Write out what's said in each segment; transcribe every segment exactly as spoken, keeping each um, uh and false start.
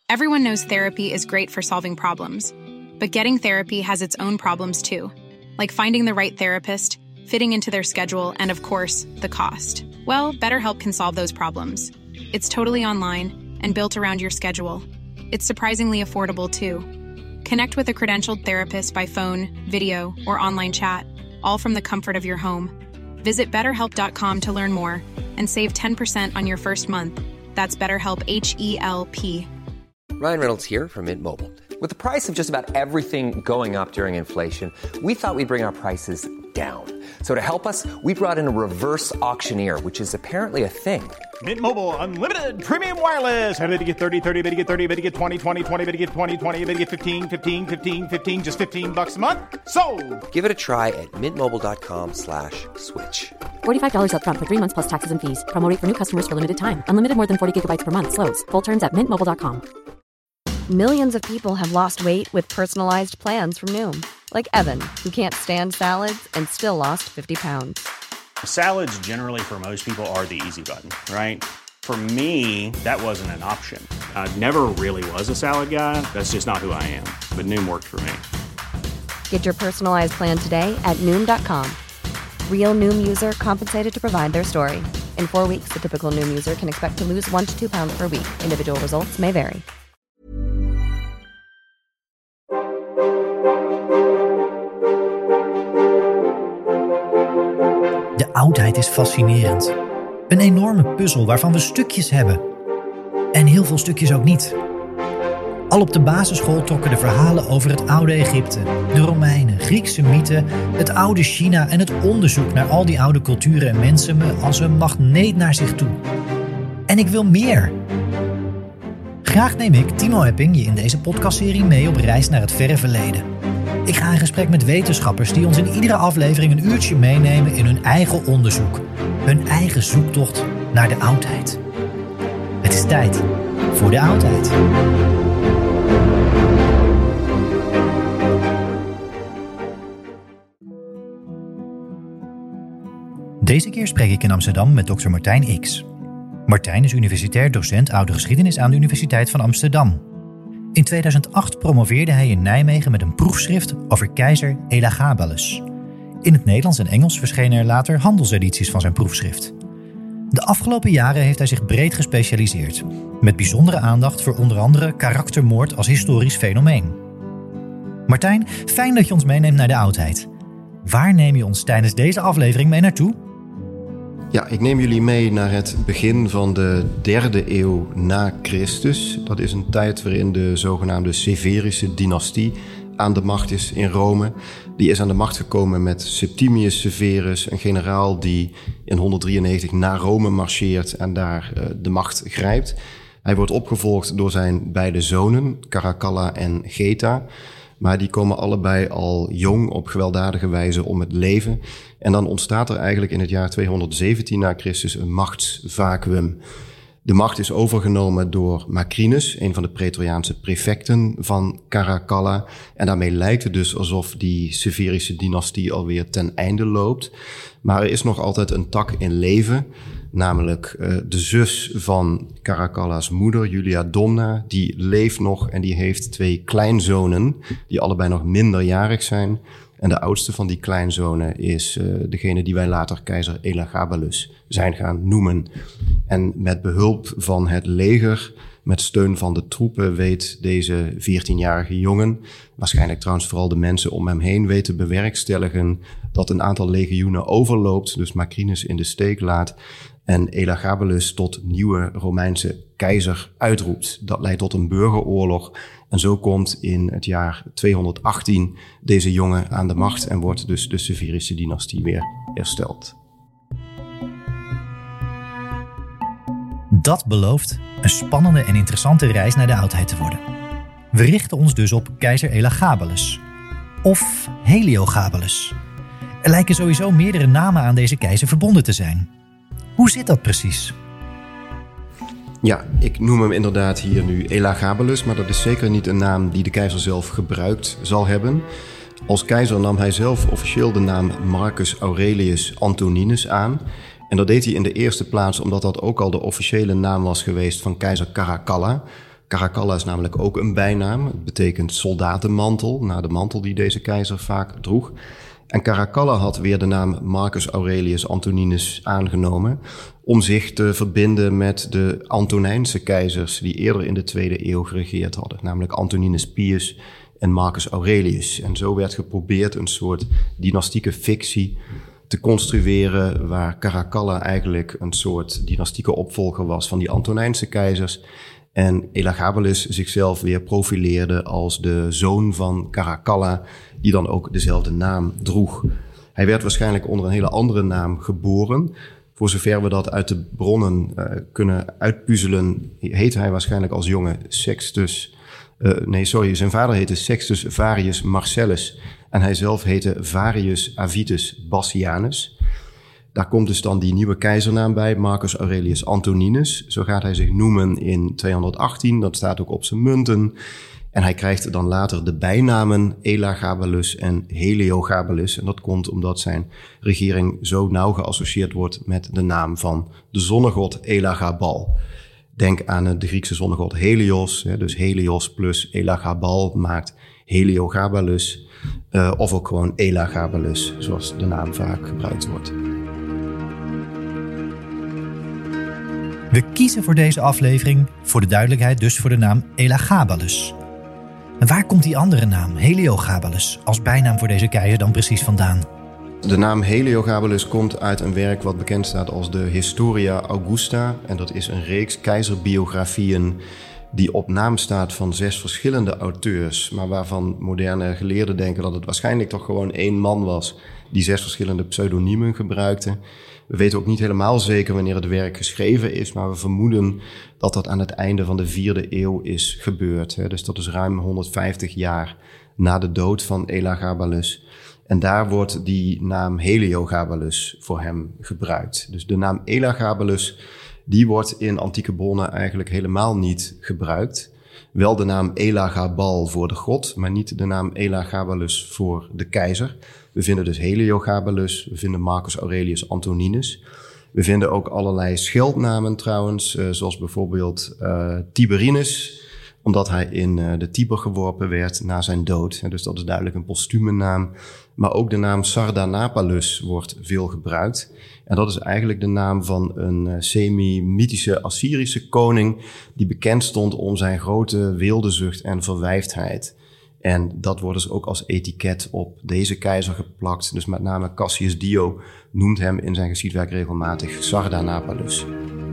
Everyone knows therapy is great for solving problems, but getting therapy has its own problems too, like finding the right therapist, fitting into their schedule, and of course, the cost. Well, BetterHelp can solve those problems. It's totally online and built around your schedule. It's surprisingly affordable too. Connect with a credentialed therapist by phone, video, or online chat, all from the comfort of your home. Visit better help dot com to learn more and save ten percent on your first month. That's BetterHelp, H E L P. Ryan Reynolds here from Mint Mobile. With the price of just about everything going up during inflation, we thought we'd bring our prices down. So to help us, we brought in a reverse auctioneer, which is apparently a thing. Mint Mobile Unlimited Premium Wireless. How to get thirty, thirty, how to get thirty, how to get twenty, twenty, twenty, how to get twenty, twenty, how to get fifteen, fifteen, fifteen, fifteen, just fifteen bucks a month? Sold! Give it a try at mintmobile.com slash switch. forty-five dollars up front for three months plus taxes and fees. Promo rate for new customers for limited time. Unlimited more than forty gigabytes per month. Slows full terms at mint mobile dot com. Millions of people have lost weight with personalized plans from Noom. Like Evan, who can't stand salads and still lost fifty pounds. Salads generally for most people are the easy button, right? For me, that wasn't an option. I never really was a salad guy. That's just not who I am. But Noom worked for me. Get your personalized plan today at Noom dot com. Real Noom user compensated to provide their story. In four weeks, the typical Noom user can expect to lose one to two pounds per week. Individual results may vary. De oudheid is fascinerend. Een enorme puzzel waarvan we stukjes hebben. En heel veel stukjes ook niet. Al op de basisschool trokken de verhalen over het oude Egypte, de Romeinen, Griekse mythen, het oude China en het onderzoek naar al die oude culturen en mensen me als een magneet naar zich toe. En ik wil meer. Graag neem ik, Timo Epping, je in deze podcastserie mee op reis naar het verre verleden. Ik ga in gesprek met wetenschappers die ons in iedere aflevering een uurtje meenemen in hun eigen onderzoek. Hun eigen zoektocht naar de oudheid. Het is tijd voor de oudheid. Deze keer spreek ik in Amsterdam met dokter Martijn X. Martijn is universitair docent oude geschiedenis aan de Universiteit van Amsterdam. In tweeduizend acht promoveerde hij in Nijmegen met een proefschrift over keizer Elagabalus. In het Nederlands en Engels verschenen er later handelsedities van zijn proefschrift. De afgelopen jaren heeft hij zich breed gespecialiseerd, met bijzondere aandacht voor onder andere karaktermoord als historisch fenomeen. Martijn, fijn dat je ons meeneemt naar de oudheid. Waar neem je ons tijdens deze aflevering mee naartoe? Ja, ik neem jullie mee naar het begin van de derde eeuw na Christus. Dat is een tijd waarin de zogenaamde Severische dynastie aan de macht is in Rome. Die is aan de macht gekomen met Septimius Severus, een generaal die in honderddrieënnegentig naar Rome marcheert en daar uh, de macht grijpt. Hij wordt opgevolgd door zijn beide zonen, Caracalla en Geta. Maar die komen allebei al jong op gewelddadige wijze om het leven. En dan ontstaat er eigenlijk in het jaar tweehonderdzeventien na Christus een machtsvacuüm. De macht is overgenomen door Macrinus, een van de Praetoriaanse prefecten van Caracalla. En daarmee lijkt het dus alsof die Severische dynastie alweer ten einde loopt. Maar er is nog altijd een tak in leven, namelijk uh, de zus van Caracalla's moeder, Julia Domna. Die leeft nog en die heeft twee kleinzonen die allebei nog minderjarig zijn. En de oudste van die kleinzonen is uh, degene die wij later keizer Elagabalus zijn gaan noemen. En met behulp van het leger, met steun van de troepen, weet deze veertienjarige jongen, waarschijnlijk trouwens vooral de mensen om hem heen, weet te bewerkstelligen dat een aantal legioenen overloopt, dus Macrinus in de steek laat en Elagabalus tot nieuwe Romeinse keizer uitroept. Dat leidt tot een burgeroorlog. En zo komt in het jaar tweehonderdachttien deze jongen aan de macht en wordt dus de Severische dynastie weer hersteld. Dat belooft een spannende en interessante reis naar de oudheid te worden. We richten ons dus op keizer Elagabalus. Of Heliogabalus. Er lijken sowieso meerdere namen aan deze keizer verbonden te zijn. Hoe zit dat precies? Ja, ik noem hem inderdaad hier nu Elagabalus, maar dat is zeker niet een naam die de keizer zelf gebruikt zal hebben. Als keizer nam hij zelf officieel de naam Marcus Aurelius Antoninus aan. En dat deed hij in de eerste plaats omdat dat ook al de officiële naam was geweest van keizer Caracalla. Caracalla is namelijk ook een bijnaam. Het betekent soldatenmantel, naar de mantel die deze keizer vaak droeg. En Caracalla had weer de naam Marcus Aurelius Antoninus aangenomen om zich te verbinden met de Antonijnse keizers die eerder in de tweede eeuw geregeerd hadden, namelijk Antoninus Pius en Marcus Aurelius. En zo werd geprobeerd een soort dynastieke fictie te construeren waar Caracalla eigenlijk een soort dynastieke opvolger was van die Antonijnse keizers en Elagabalus zichzelf weer profileerde als de zoon van Caracalla, die dan ook dezelfde naam droeg. Hij werd waarschijnlijk onder een hele andere naam geboren. Voor zover we dat uit de bronnen uh, kunnen uitpuzzelen, heette hij waarschijnlijk als jonge Sextus... Uh, nee, sorry, zijn vader heette Sextus Varius Marcellus en hij zelf heette Varius Avitus Bassianus. Daar komt dus dan die nieuwe keizernaam bij, Marcus Aurelius Antoninus. Zo gaat hij zich noemen in tweehonderdachttien, dat staat ook op zijn munten. En hij krijgt dan later de bijnamen Elagabalus en Heliogabalus. En dat komt omdat zijn regering zo nauw geassocieerd wordt met de naam van de zonnegod Elagabal. Denk aan de Griekse zonnegod Helios. Dus Helios plus Elagabal maakt Heliogabalus. Uh, of ook gewoon Elagabalus, zoals de naam vaak gebruikt wordt. We kiezen voor deze aflevering, voor de duidelijkheid dus voor de naam Elagabalus. En waar komt die andere naam, Heliogabalus, als bijnaam voor deze keizer dan precies vandaan? De naam Heliogabalus komt uit een werk wat bekend staat als de Historia Augusta. En dat is een reeks keizerbiografieën die op naam staat van zes verschillende auteurs, maar waarvan moderne geleerden denken dat het waarschijnlijk toch gewoon één man was die zes verschillende pseudoniemen gebruikte. We weten ook niet helemaal zeker wanneer het werk geschreven is, maar we vermoeden dat dat aan het einde van de vierde eeuw is gebeurd. Dus dat is ruim honderdvijftig jaar na de dood van Elagabalus. En daar wordt die naam Heliogabalus voor hem gebruikt. Dus de naam Elagabalus, die wordt in antieke bronnen eigenlijk helemaal niet gebruikt. Wel de naam Elagabal voor de god, maar niet de naam Elagabalus voor de keizer. We vinden dus Heliogabalus, we vinden Marcus Aurelius Antoninus. We vinden ook allerlei scheldnamen trouwens, uh, zoals bijvoorbeeld uh, Tiberinus, omdat hij in uh, de Tiber geworpen werd na zijn dood. En dus dat is duidelijk een postume naam. Maar ook de naam Sardanapalus wordt veel gebruikt. En dat is eigenlijk de naam van een uh, semi-mythische Assyrische koning die bekend stond om zijn grote weeldezucht en verwijfdheid. En dat wordt dus ook als etiket op deze keizer geplakt. Dus met name Cassius Dio noemt hem in zijn geschiedwerk regelmatig Sardanapalus.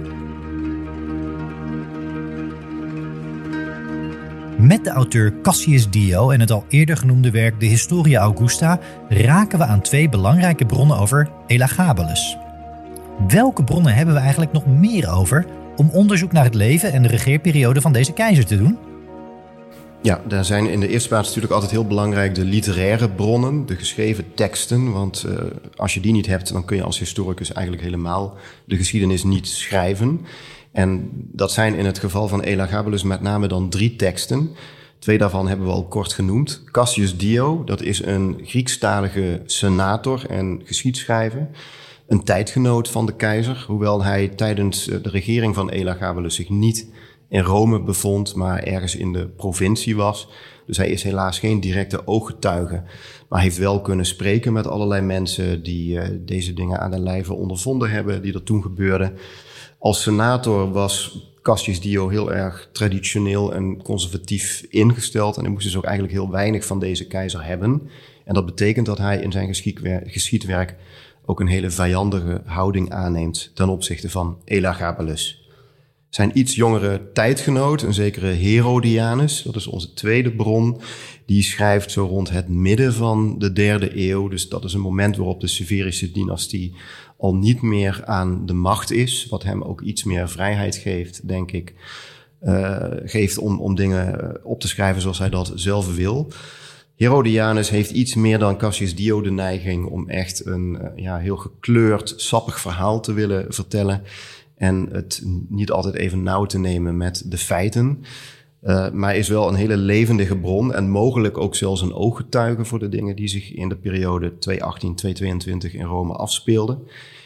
Met de auteur Cassius Dio en het al eerder genoemde werk De Historia Augusta raken we aan twee belangrijke bronnen over Elagabalus. Welke bronnen hebben we eigenlijk nog meer over om onderzoek naar het leven en de regeerperiode van deze keizer te doen? Ja, daar zijn in de eerste plaats natuurlijk altijd heel belangrijk de literaire bronnen, de geschreven teksten. Want uh, als je die niet hebt, dan kun je als historicus eigenlijk helemaal de geschiedenis niet schrijven. En dat zijn in het geval van Elagabalus met name dan drie teksten. Twee daarvan hebben we al kort genoemd. Cassius Dio, dat is een Griekstalige senator en geschiedschrijver. Een tijdgenoot van de keizer, hoewel hij tijdens de regering van Elagabalus zich niet in Rome bevond, maar ergens in de provincie was. Dus hij is helaas geen directe ooggetuige, maar heeft wel kunnen spreken met allerlei mensen die uh, deze dingen aan de lijve ondervonden hebben, die er toen gebeurden. Als senator was Cassius Dio heel erg traditioneel en conservatief ingesteld en hij moest dus ook eigenlijk heel weinig van deze keizer hebben. En dat betekent dat hij in zijn geschiedwerk ook een hele vijandige houding aanneemt ten opzichte van Elagabalus. Zijn iets jongere tijdgenoot, een zekere Herodianus, dat is onze tweede bron, die schrijft zo rond het midden van de derde eeuw. Dus dat is een moment waarop de Severische dynastie al niet meer aan de macht is, wat hem ook iets meer vrijheid geeft, denk ik, uh, geeft om, om dingen op te schrijven zoals hij dat zelf wil. Herodianus heeft iets meer dan Cassius Dio de neiging om echt een uh, ja, heel gekleurd, sappig verhaal te willen vertellen en het niet altijd even nauw te nemen met de feiten. Uh, maar is wel een hele levendige bron en mogelijk ook zelfs een ooggetuige voor de dingen die zich in de periode tweehonderdachttien tot tweehonderdtweeëntwintig in Rome afspeelden.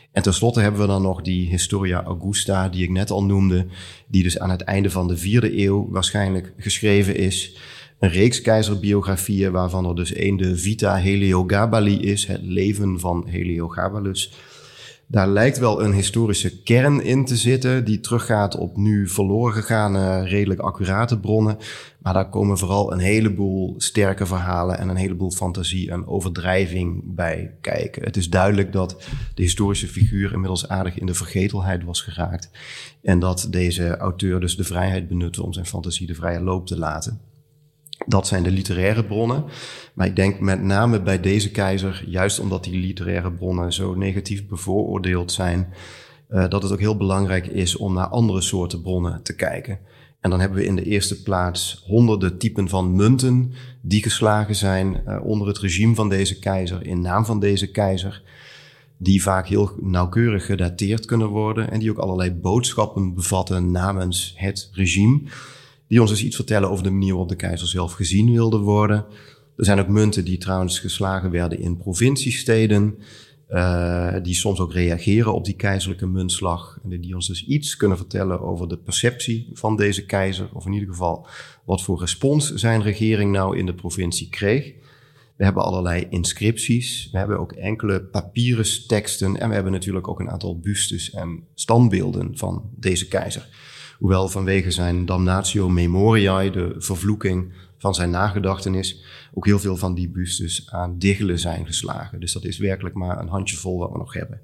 En tenslotte hebben we dan nog die Historia Augusta, die ik net al noemde, die dus aan het einde van de vierde eeuw waarschijnlijk geschreven is. Een reeks keizerbiografieën, waarvan er dus één de Vita Heliogabali is, het leven van Heliogabalus. Daar lijkt wel een historische kern in te zitten, die teruggaat op nu verloren gegane, redelijk accurate bronnen. Maar daar komen vooral een heleboel sterke verhalen en een heleboel fantasie en overdrijving bij kijken. Het is duidelijk dat de historische figuur inmiddels aardig in de vergetelheid was geraakt. En dat deze auteur dus de vrijheid benutte om zijn fantasie de vrije loop te laten. Dat zijn de literaire bronnen. Maar ik denk met name bij deze keizer, juist omdat die literaire bronnen zo negatief bevooroordeeld zijn, uh, dat het ook heel belangrijk is om naar andere soorten bronnen te kijken. En dan hebben we in de eerste plaats honderden typen van munten die geslagen zijn uh, onder het regime van deze keizer, in naam van deze keizer, die vaak heel nauwkeurig gedateerd kunnen worden en die ook allerlei boodschappen bevatten namens het regime, die ons dus iets vertellen over de manier waarop de keizer zelf gezien wilde worden. Er zijn ook munten die trouwens geslagen werden in provinciesteden, uh, die soms ook reageren op die keizerlijke muntslag, en die ons dus iets kunnen vertellen over de perceptie van deze keizer, of in ieder geval wat voor respons zijn regering nou in de provincie kreeg. We hebben allerlei inscripties, we hebben ook enkele papieren teksten en we hebben natuurlijk ook een aantal bustes en standbeelden van deze keizer. Hoewel vanwege zijn damnatio memoriae, de vervloeking van zijn nagedachtenis, ook heel veel van die bustes aan diggelen zijn geslagen. Dus dat is werkelijk maar een handjevol wat we nog hebben.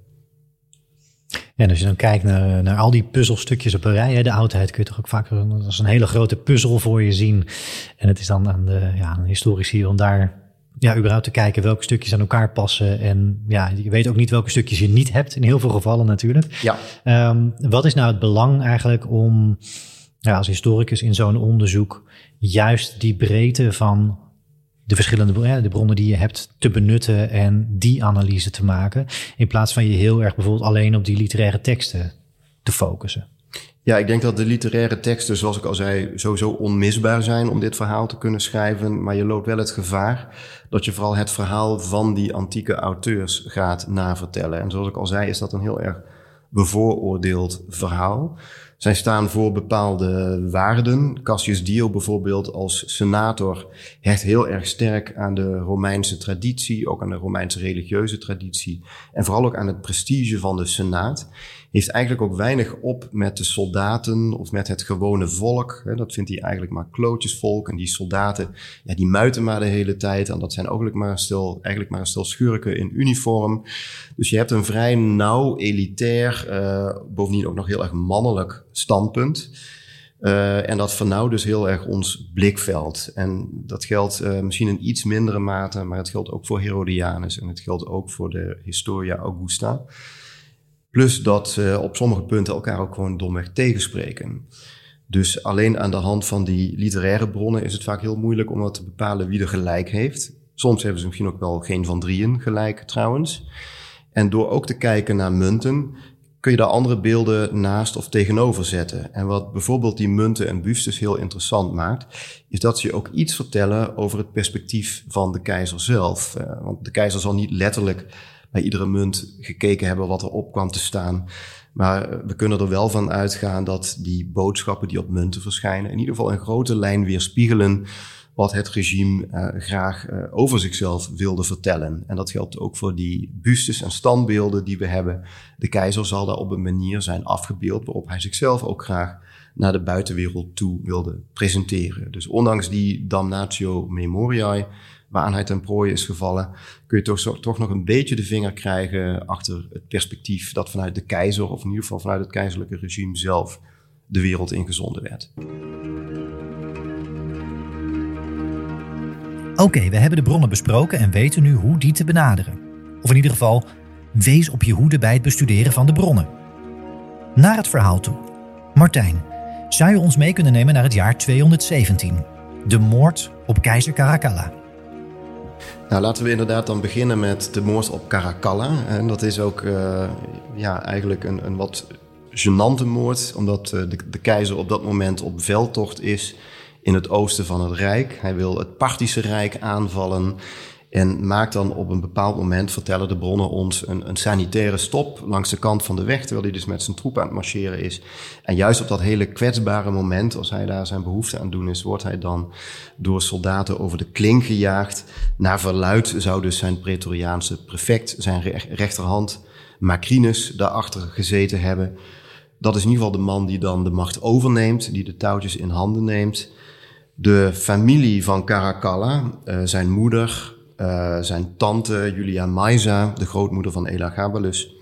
En als je dan kijkt naar, naar al die puzzelstukjes op een rij, hè, de oudheid kun je toch ook vaak als een hele grote puzzel voor je zien. En het is dan aan de ja, aan historici om daar ja, überhaupt te kijken welke stukjes aan elkaar passen. En ja, je weet ook niet welke stukjes je niet hebt, in heel veel gevallen natuurlijk. Ja. Um, wat is nou het belang eigenlijk om ja, als historicus in zo'n onderzoek juist die breedte van de verschillende ja, de bronnen die je hebt te benutten en die analyse te maken, in plaats van je heel erg bijvoorbeeld alleen op die literaire teksten te focussen? Ja, ik denk dat de literaire teksten, zoals ik al zei, sowieso onmisbaar zijn om dit verhaal te kunnen schrijven. Maar je loopt wel het gevaar dat je vooral het verhaal van die antieke auteurs gaat navertellen. En zoals ik al zei, is dat een heel erg bevooroordeeld verhaal. Zij staan voor bepaalde waarden. Cassius Dio bijvoorbeeld als senator hecht heel erg sterk aan de Romeinse traditie, ook aan de Romeinse religieuze traditie en vooral ook aan het prestige van de senaat. Heeft eigenlijk ook weinig op met de soldaten of met het gewone volk. Dat vindt hij eigenlijk maar klootjesvolk. En die soldaten, ja, die muiten maar de hele tijd. En dat zijn eigenlijk maar een stel, eigenlijk maar een stel schurken in uniform. Dus je hebt een vrij nauw, elitair, uh, bovendien ook nog heel erg mannelijk standpunt. Uh, en dat vernauwt dus heel erg ons blikveld. En dat geldt uh, misschien in iets mindere mate, maar het geldt ook voor Herodianus en het geldt ook voor de Historia Augusta. Plus dat ze op sommige punten elkaar ook gewoon domweg tegenspreken. Dus alleen aan de hand van die literaire bronnen is het vaak heel moeilijk om te bepalen wie er gelijk heeft. Soms hebben ze misschien ook wel geen van drieën gelijk trouwens. En door ook te kijken naar munten kun je daar andere beelden naast of tegenover zetten. En wat bijvoorbeeld die munten en bustes heel interessant maakt, is dat ze ook iets vertellen over het perspectief van de keizer zelf. Uh, want de keizer zal niet letterlijk bij iedere munt gekeken hebben wat erop kwam te staan. Maar we kunnen er wel van uitgaan dat die boodschappen die op munten verschijnen in ieder geval een grote lijn weerspiegelen wat het regime uh, graag uh, over zichzelf wilde vertellen. En dat geldt ook voor die bustes en standbeelden die we hebben. De keizer zal daar op een manier zijn afgebeeld waarop hij zichzelf ook graag naar de buitenwereld toe wilde presenteren. Dus ondanks die damnatio memoriae waaraan hij ten prooi is gevallen, kun je toch, toch nog een beetje de vinger krijgen achter het perspectief dat vanuit de keizer, of in ieder geval vanuit het keizerlijke regime zelf, de wereld ingezonden werd. Oké, okay, we hebben de bronnen besproken en weten nu hoe die te benaderen. Of in ieder geval, wees op je hoede bij het bestuderen van de bronnen. Naar het verhaal toe. Martijn, zou je ons mee kunnen nemen naar het jaar tweehonderdzeventien? De moord op keizer Caracalla. Nou, laten we inderdaad dan beginnen met de moord op Caracalla. En dat is ook uh, ja, eigenlijk een, een wat gênante moord, omdat uh, de, de keizer op dat moment op veldtocht is in het oosten van het Rijk. Hij wil het Parthische Rijk aanvallen En maakt dan op een bepaald moment, vertellen de bronnen ons, een, een sanitaire stop langs de kant van de weg, terwijl hij dus met zijn troep aan het marcheren is. En juist op dat hele kwetsbare moment, als hij daar zijn behoefte aan doen is, wordt hij dan door soldaten over de kling gejaagd. Naar verluidt zou dus zijn Praetoriaanse prefect, zijn rechterhand Macrinus, daarachter gezeten hebben. Dat is in ieder geval de man die dan de macht overneemt, die de touwtjes in handen neemt. De familie van Caracalla, uh, zijn moeder, uh, zijn tante Julia Maesa, de grootmoeder van Elagabalus,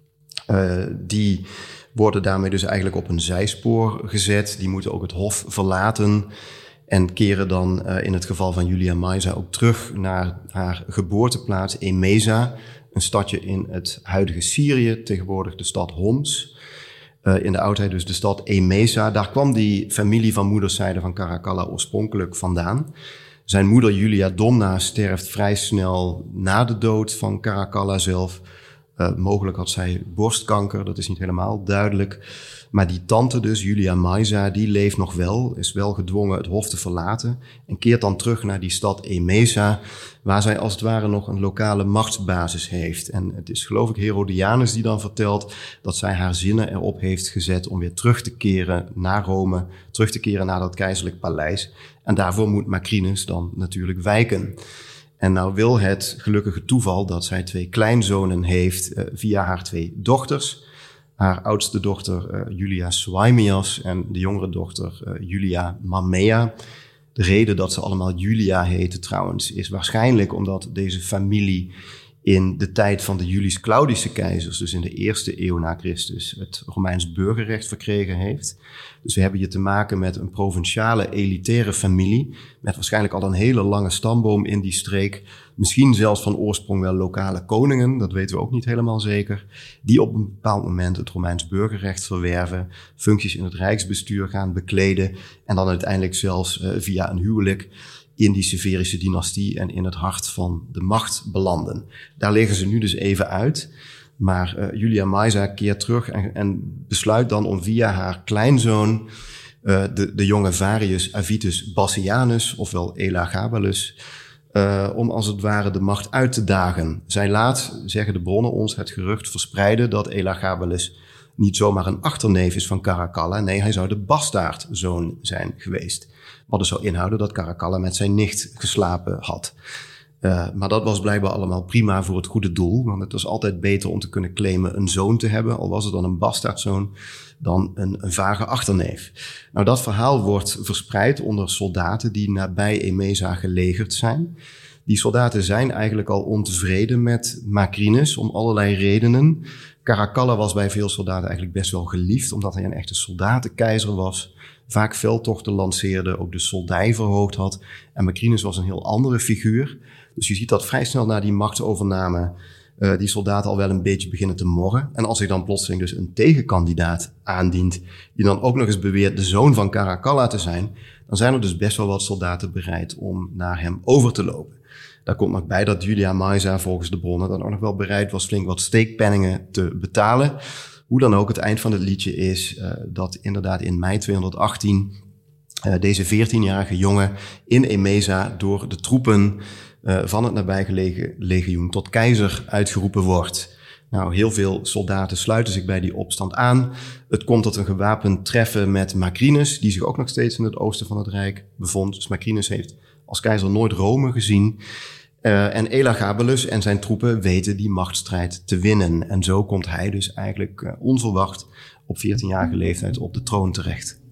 uh, die worden daarmee dus eigenlijk op een zijspoor gezet. Die moeten ook het hof verlaten en keren dan uh, in het geval van Julia Maesa ook terug naar haar geboorteplaats Emesa, een stadje in het huidige Syrië, tegenwoordig de stad Homs. Uh, in de oudheid dus de stad Emesa. Daar kwam die familie van moederszijde van Caracalla oorspronkelijk vandaan. Zijn moeder Julia Domna sterft vrij snel na de dood van Caracalla zelf. Uh, mogelijk had zij borstkanker, dat is niet helemaal duidelijk. Maar die tante dus, Julia Maesa, die leeft nog wel, is wel gedwongen het hof te verlaten en keert dan terug naar die stad Emesa, waar zij als het ware nog een lokale machtsbasis heeft. En het is geloof ik Herodianus die dan vertelt dat zij haar zinnen erop heeft gezet om weer terug te keren naar Rome, terug te keren naar dat keizerlijk paleis. En daarvoor moet Macrinus dan natuurlijk wijken. En nou wil het gelukkige toeval dat zij twee kleinzonen heeft uh, via haar twee dochters. Haar oudste dochter uh, Julia Soaemias en de jongere dochter uh, Julia Mammea. De reden dat ze allemaal Julia heten trouwens is waarschijnlijk omdat deze familie in de tijd van de Julius-Claudische keizers, dus in de eerste eeuw na Christus, het Romeins burgerrecht verkregen heeft. Dus we hebben hier te maken met een provinciale elitaire familie, met waarschijnlijk al een hele lange stamboom in die streek. Misschien zelfs van oorsprong wel lokale koningen, dat weten we ook niet helemaal zeker, die op een bepaald moment het Romeins burgerrecht verwerven, functies in het rijksbestuur gaan bekleden en dan uiteindelijk zelfs uh, via een huwelijk in die Severische dynastie en in het hart van de macht belanden. Daar liggen ze nu dus even uit. Maar uh, Julia Maesa keert terug en, en besluit dan om via haar kleinzoon, uh, de, de jonge Varius Avitus Bassianus, ofwel Elagabalus, uh, om als het ware de macht uit te dagen. Zij laat, zeggen de bronnen ons, het gerucht verspreiden dat Elagabalus niet zomaar een achterneef is van Caracalla. Nee, hij zou de bastaardzoon zijn geweest. Wat dus zou inhouden dat Caracalla met zijn nicht geslapen had. Uh, maar dat was blijkbaar allemaal prima voor het goede doel. Want het was altijd beter om te kunnen claimen een zoon te hebben, al was het dan een bastaardzoon, dan een, een vage achterneef. Nou, dat verhaal wordt verspreid onder soldaten die nabij Emesa gelegerd zijn. Die soldaten zijn eigenlijk al ontevreden met Macrinus om allerlei redenen. Caracalla was bij veel soldaten eigenlijk best wel geliefd, omdat hij een echte soldatenkeizer was. Vaak veldtochten lanceerde, ook de soldij verhoogd had. En Macrinus was een heel andere figuur. Dus je ziet dat vrij snel na die machtsovername uh, die soldaten al wel een beetje beginnen te morren. En als zich dan plotseling dus een tegenkandidaat aandient, die dan ook nog eens beweert de zoon van Caracalla te zijn, dan zijn er dus best wel wat soldaten bereid om naar hem over te lopen. Daar komt nog bij dat Julia Maesa volgens de bronnen dan ook nog wel bereid was flink wat steekpenningen te betalen. Hoe dan ook, het eind van het liedje is uh, dat inderdaad in mei tweehonderdachttien uh, deze veertienjarige jongen in Emesa door de troepen uh, van het nabijgelegen legioen tot keizer uitgeroepen wordt. Nou, heel veel soldaten sluiten zich bij die opstand aan. Het komt tot een gewapend treffen met Macrinus, die zich ook nog steeds in het oosten van het Rijk bevond. Dus Macrinus heeft als keizer nooit Rome gezien. Uh, en Elagabalus en zijn troepen weten die machtsstrijd te winnen. En zo komt hij dus eigenlijk uh, onverwacht op veertienjarige leeftijd op de troon terecht.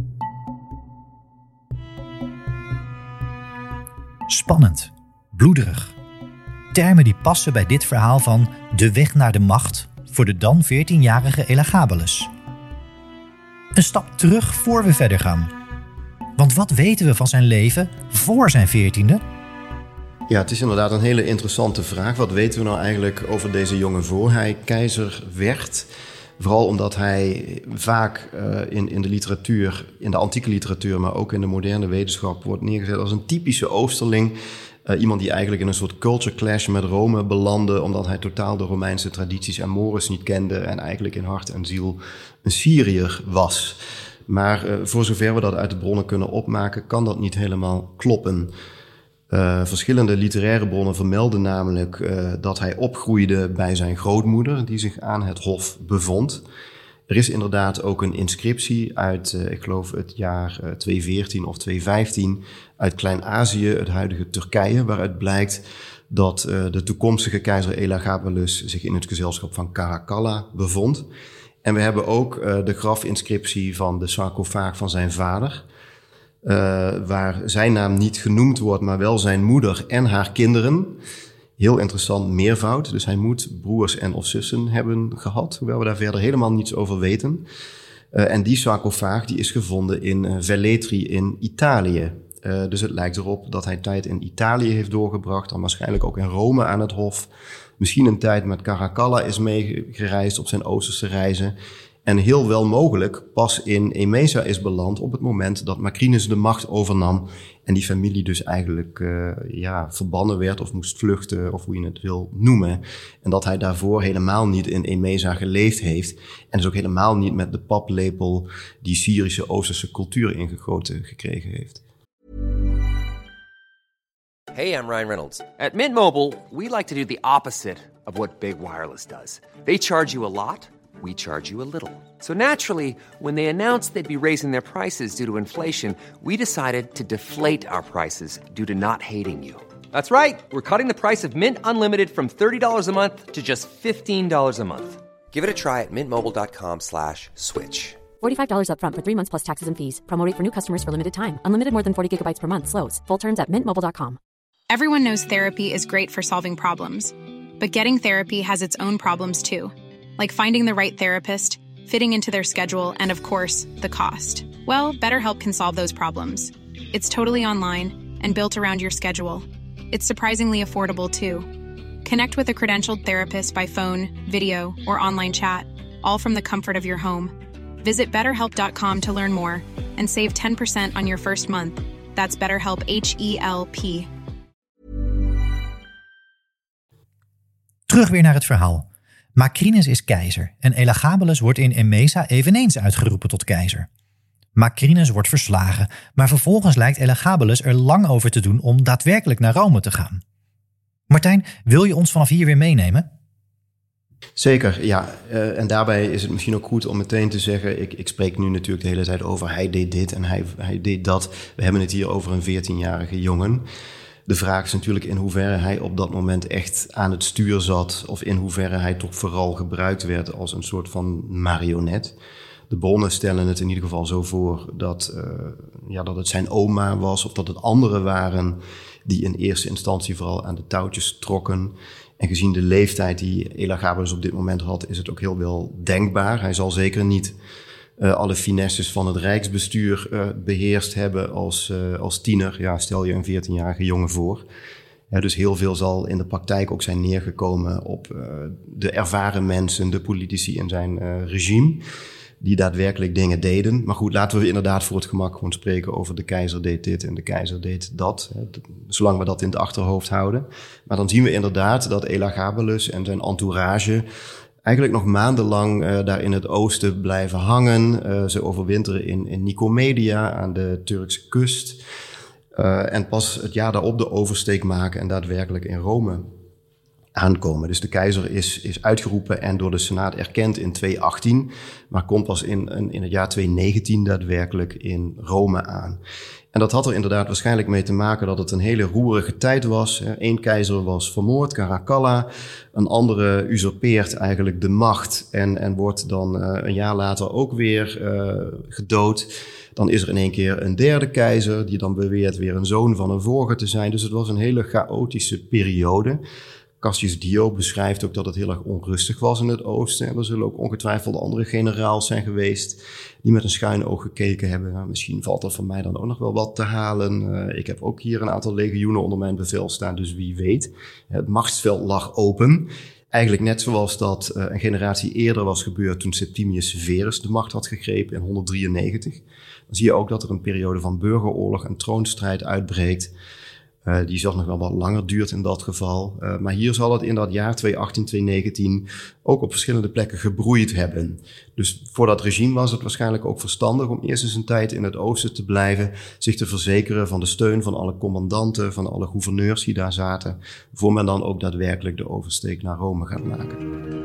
Spannend, bloederig. Termen die passen bij dit verhaal van de weg naar de macht voor de dan veertienjarige Elagabalus. Een stap terug voor we verder gaan. Want wat weten we van zijn leven voor zijn veertiende? Ja, het is inderdaad een hele interessante vraag. Wat weten we nou eigenlijk over deze jongen voor hij keizer werd? Vooral omdat hij vaak uh, in, in de literatuur, in de antieke literatuur, maar ook in de moderne wetenschap wordt neergezet als een typische Oosterling. Uh, iemand die eigenlijk in een soort culture clash met Rome belandde, omdat hij totaal de Romeinse tradities en mores niet kende en eigenlijk in hart en ziel een Syriër was. Maar uh, voor zover we dat uit de bronnen kunnen opmaken, kan dat niet helemaal kloppen. Uh, verschillende literaire bronnen vermelden namelijk uh, dat hij opgroeide bij zijn grootmoeder, die zich aan het hof bevond. Er is inderdaad ook een inscriptie uit, uh, ik geloof het jaar uh, tweehonderdveertien of tweehonderdvijftien, uit Klein-Azië, het huidige Turkije, waaruit blijkt dat uh, de toekomstige keizer Elagabalus zich in het gezelschap van Caracalla bevond. En we hebben ook uh, de grafinscriptie van de sarcofaag van zijn vader, uh, waar zijn naam niet genoemd wordt, maar wel zijn moeder en haar kinderen. Heel interessant, meervoud. Dus hij moet broers en of zussen hebben gehad, hoewel we daar verder helemaal niets over weten. Uh, en die sarcofaag die is gevonden in uh, Velletri in Italië. Uh, dus het lijkt erop dat hij tijd in Italië heeft doorgebracht, dan waarschijnlijk ook in Rome aan het hof. Misschien een tijd met Caracalla is meegereisd op zijn Oosterse reizen. En heel wel mogelijk pas in Emesa is beland op het moment dat Macrinus de macht overnam en die familie dus eigenlijk uh, ja, verbannen werd of moest vluchten of hoe je het wil noemen. En dat hij daarvoor helemaal niet in Emesa geleefd heeft en dus ook helemaal niet met de paplepel die Syrische Oosterse cultuur ingegoten gekregen heeft. Hey, I'm Ryan Reynolds. At Mint Mobile, we like to do the opposite of what Big Wireless does. They charge you a lot. We charge you a little. So naturally, when they announced they'd be raising their prices due to inflation, we decided to deflate our prices due to not hating you. That's right. We're cutting the price of Mint Unlimited from thirty dollars a month to just fifteen dollars a month. Give it a try at mintmobile.com slash switch. forty-five dollars up front for three months plus taxes and fees. Promo rate for new customers for limited time. Unlimited more than forty gigabytes per month slows. Full terms at mint mobile dot com. Everyone knows therapy is great for solving problems, but getting therapy has its own problems too, like finding the right therapist, fitting into their schedule, and of course, the cost. Well, BetterHelp can solve those problems. It's totally online and built around your schedule. It's surprisingly affordable too. Connect with a credentialed therapist by phone, video, or online chat, all from the comfort of your home. Visit better help dot com to learn more and save ten percent on your first month. That's BetterHelp, H E L P. Terug weer naar het verhaal. Macrinus is keizer en Elagabalus wordt in Emesa eveneens uitgeroepen tot keizer. Macrinus wordt verslagen, maar vervolgens lijkt Elagabalus er lang over te doen om daadwerkelijk naar Rome te gaan. Martijn, wil je ons vanaf hier weer meenemen? Zeker, ja. Uh, en daarbij is het misschien ook goed om meteen te zeggen, ik, ik spreek nu natuurlijk de hele tijd over hij deed dit en hij, hij deed dat. We hebben het hier over een veertienjarige jongen. De vraag is natuurlijk in hoeverre hij op dat moment echt aan het stuur zat of in hoeverre hij toch vooral gebruikt werd als een soort van marionet. De bronnen stellen het in ieder geval zo voor dat, uh, ja, dat het zijn oma was of dat het anderen waren die in eerste instantie vooral aan de touwtjes trokken. En gezien de leeftijd die Elagabalus op dit moment had, is het ook heel wel denkbaar. Hij zal zeker niet uh, alle finesses van het rijksbestuur uh, beheerst hebben als, uh, als tiener. Ja, stel je een veertienjarige jongen voor. Ja, dus heel veel zal in de praktijk ook zijn neergekomen op uh, de ervaren mensen, de politici in zijn uh, regime, die daadwerkelijk dingen deden. Maar goed, laten we inderdaad voor het gemak gewoon spreken over de keizer deed dit en de keizer deed dat. Hè, zolang we dat in het achterhoofd houden. Maar dan zien we inderdaad dat Elagabalus en zijn entourage eigenlijk nog maandenlang uh, daar in het oosten blijven hangen. Uh, ze overwinteren in, in Nicomedia aan de Turkse kust. Uh, en pas het jaar daarop de oversteek maken en daadwerkelijk in Rome aankomen. Dus de keizer is, is uitgeroepen en door de Senaat erkend in tweehonderdachttien, maar komt pas in, in het jaar tweehonderdnegentien daadwerkelijk in Rome aan. En dat had er inderdaad waarschijnlijk mee te maken dat het een hele roerige tijd was. Eén keizer was vermoord, Caracalla. Een andere usurpeert eigenlijk de macht en, en wordt dan uh, een jaar later ook weer uh, gedood. Dan is er in één keer een derde keizer die dan beweert weer een zoon van een vorige te zijn. Dus het was een hele chaotische periode. Cassius Dio beschrijft ook dat het heel erg onrustig was in het oosten. En er zullen ook ongetwijfeld andere generaals zijn geweest die met een schuin oog gekeken hebben. Nou, misschien valt er van mij dan ook nog wel wat te halen. Uh, ik heb ook hier een aantal legioenen onder mijn bevel staan, dus wie weet. Het machtsveld lag open. Eigenlijk net zoals dat uh, een generatie eerder was gebeurd toen Septimius Severus de macht had gegrepen in honderddrieënnegentig. Dan zie je ook dat er een periode van burgeroorlog en troonstrijd uitbreekt. Uh, die zelfs nog wel wat langer duurt in dat geval. Uh, maar hier zal het in dat jaar tweeduizend achttien, tweeduizend negentien ook op verschillende plekken gebroeid hebben. Dus voor dat regime was het waarschijnlijk ook verstandig om eerst eens een tijd in het oosten te blijven, zich te verzekeren van de steun van alle commandanten, van alle gouverneurs die daar zaten, voor men dan ook daadwerkelijk de oversteek naar Rome gaat maken.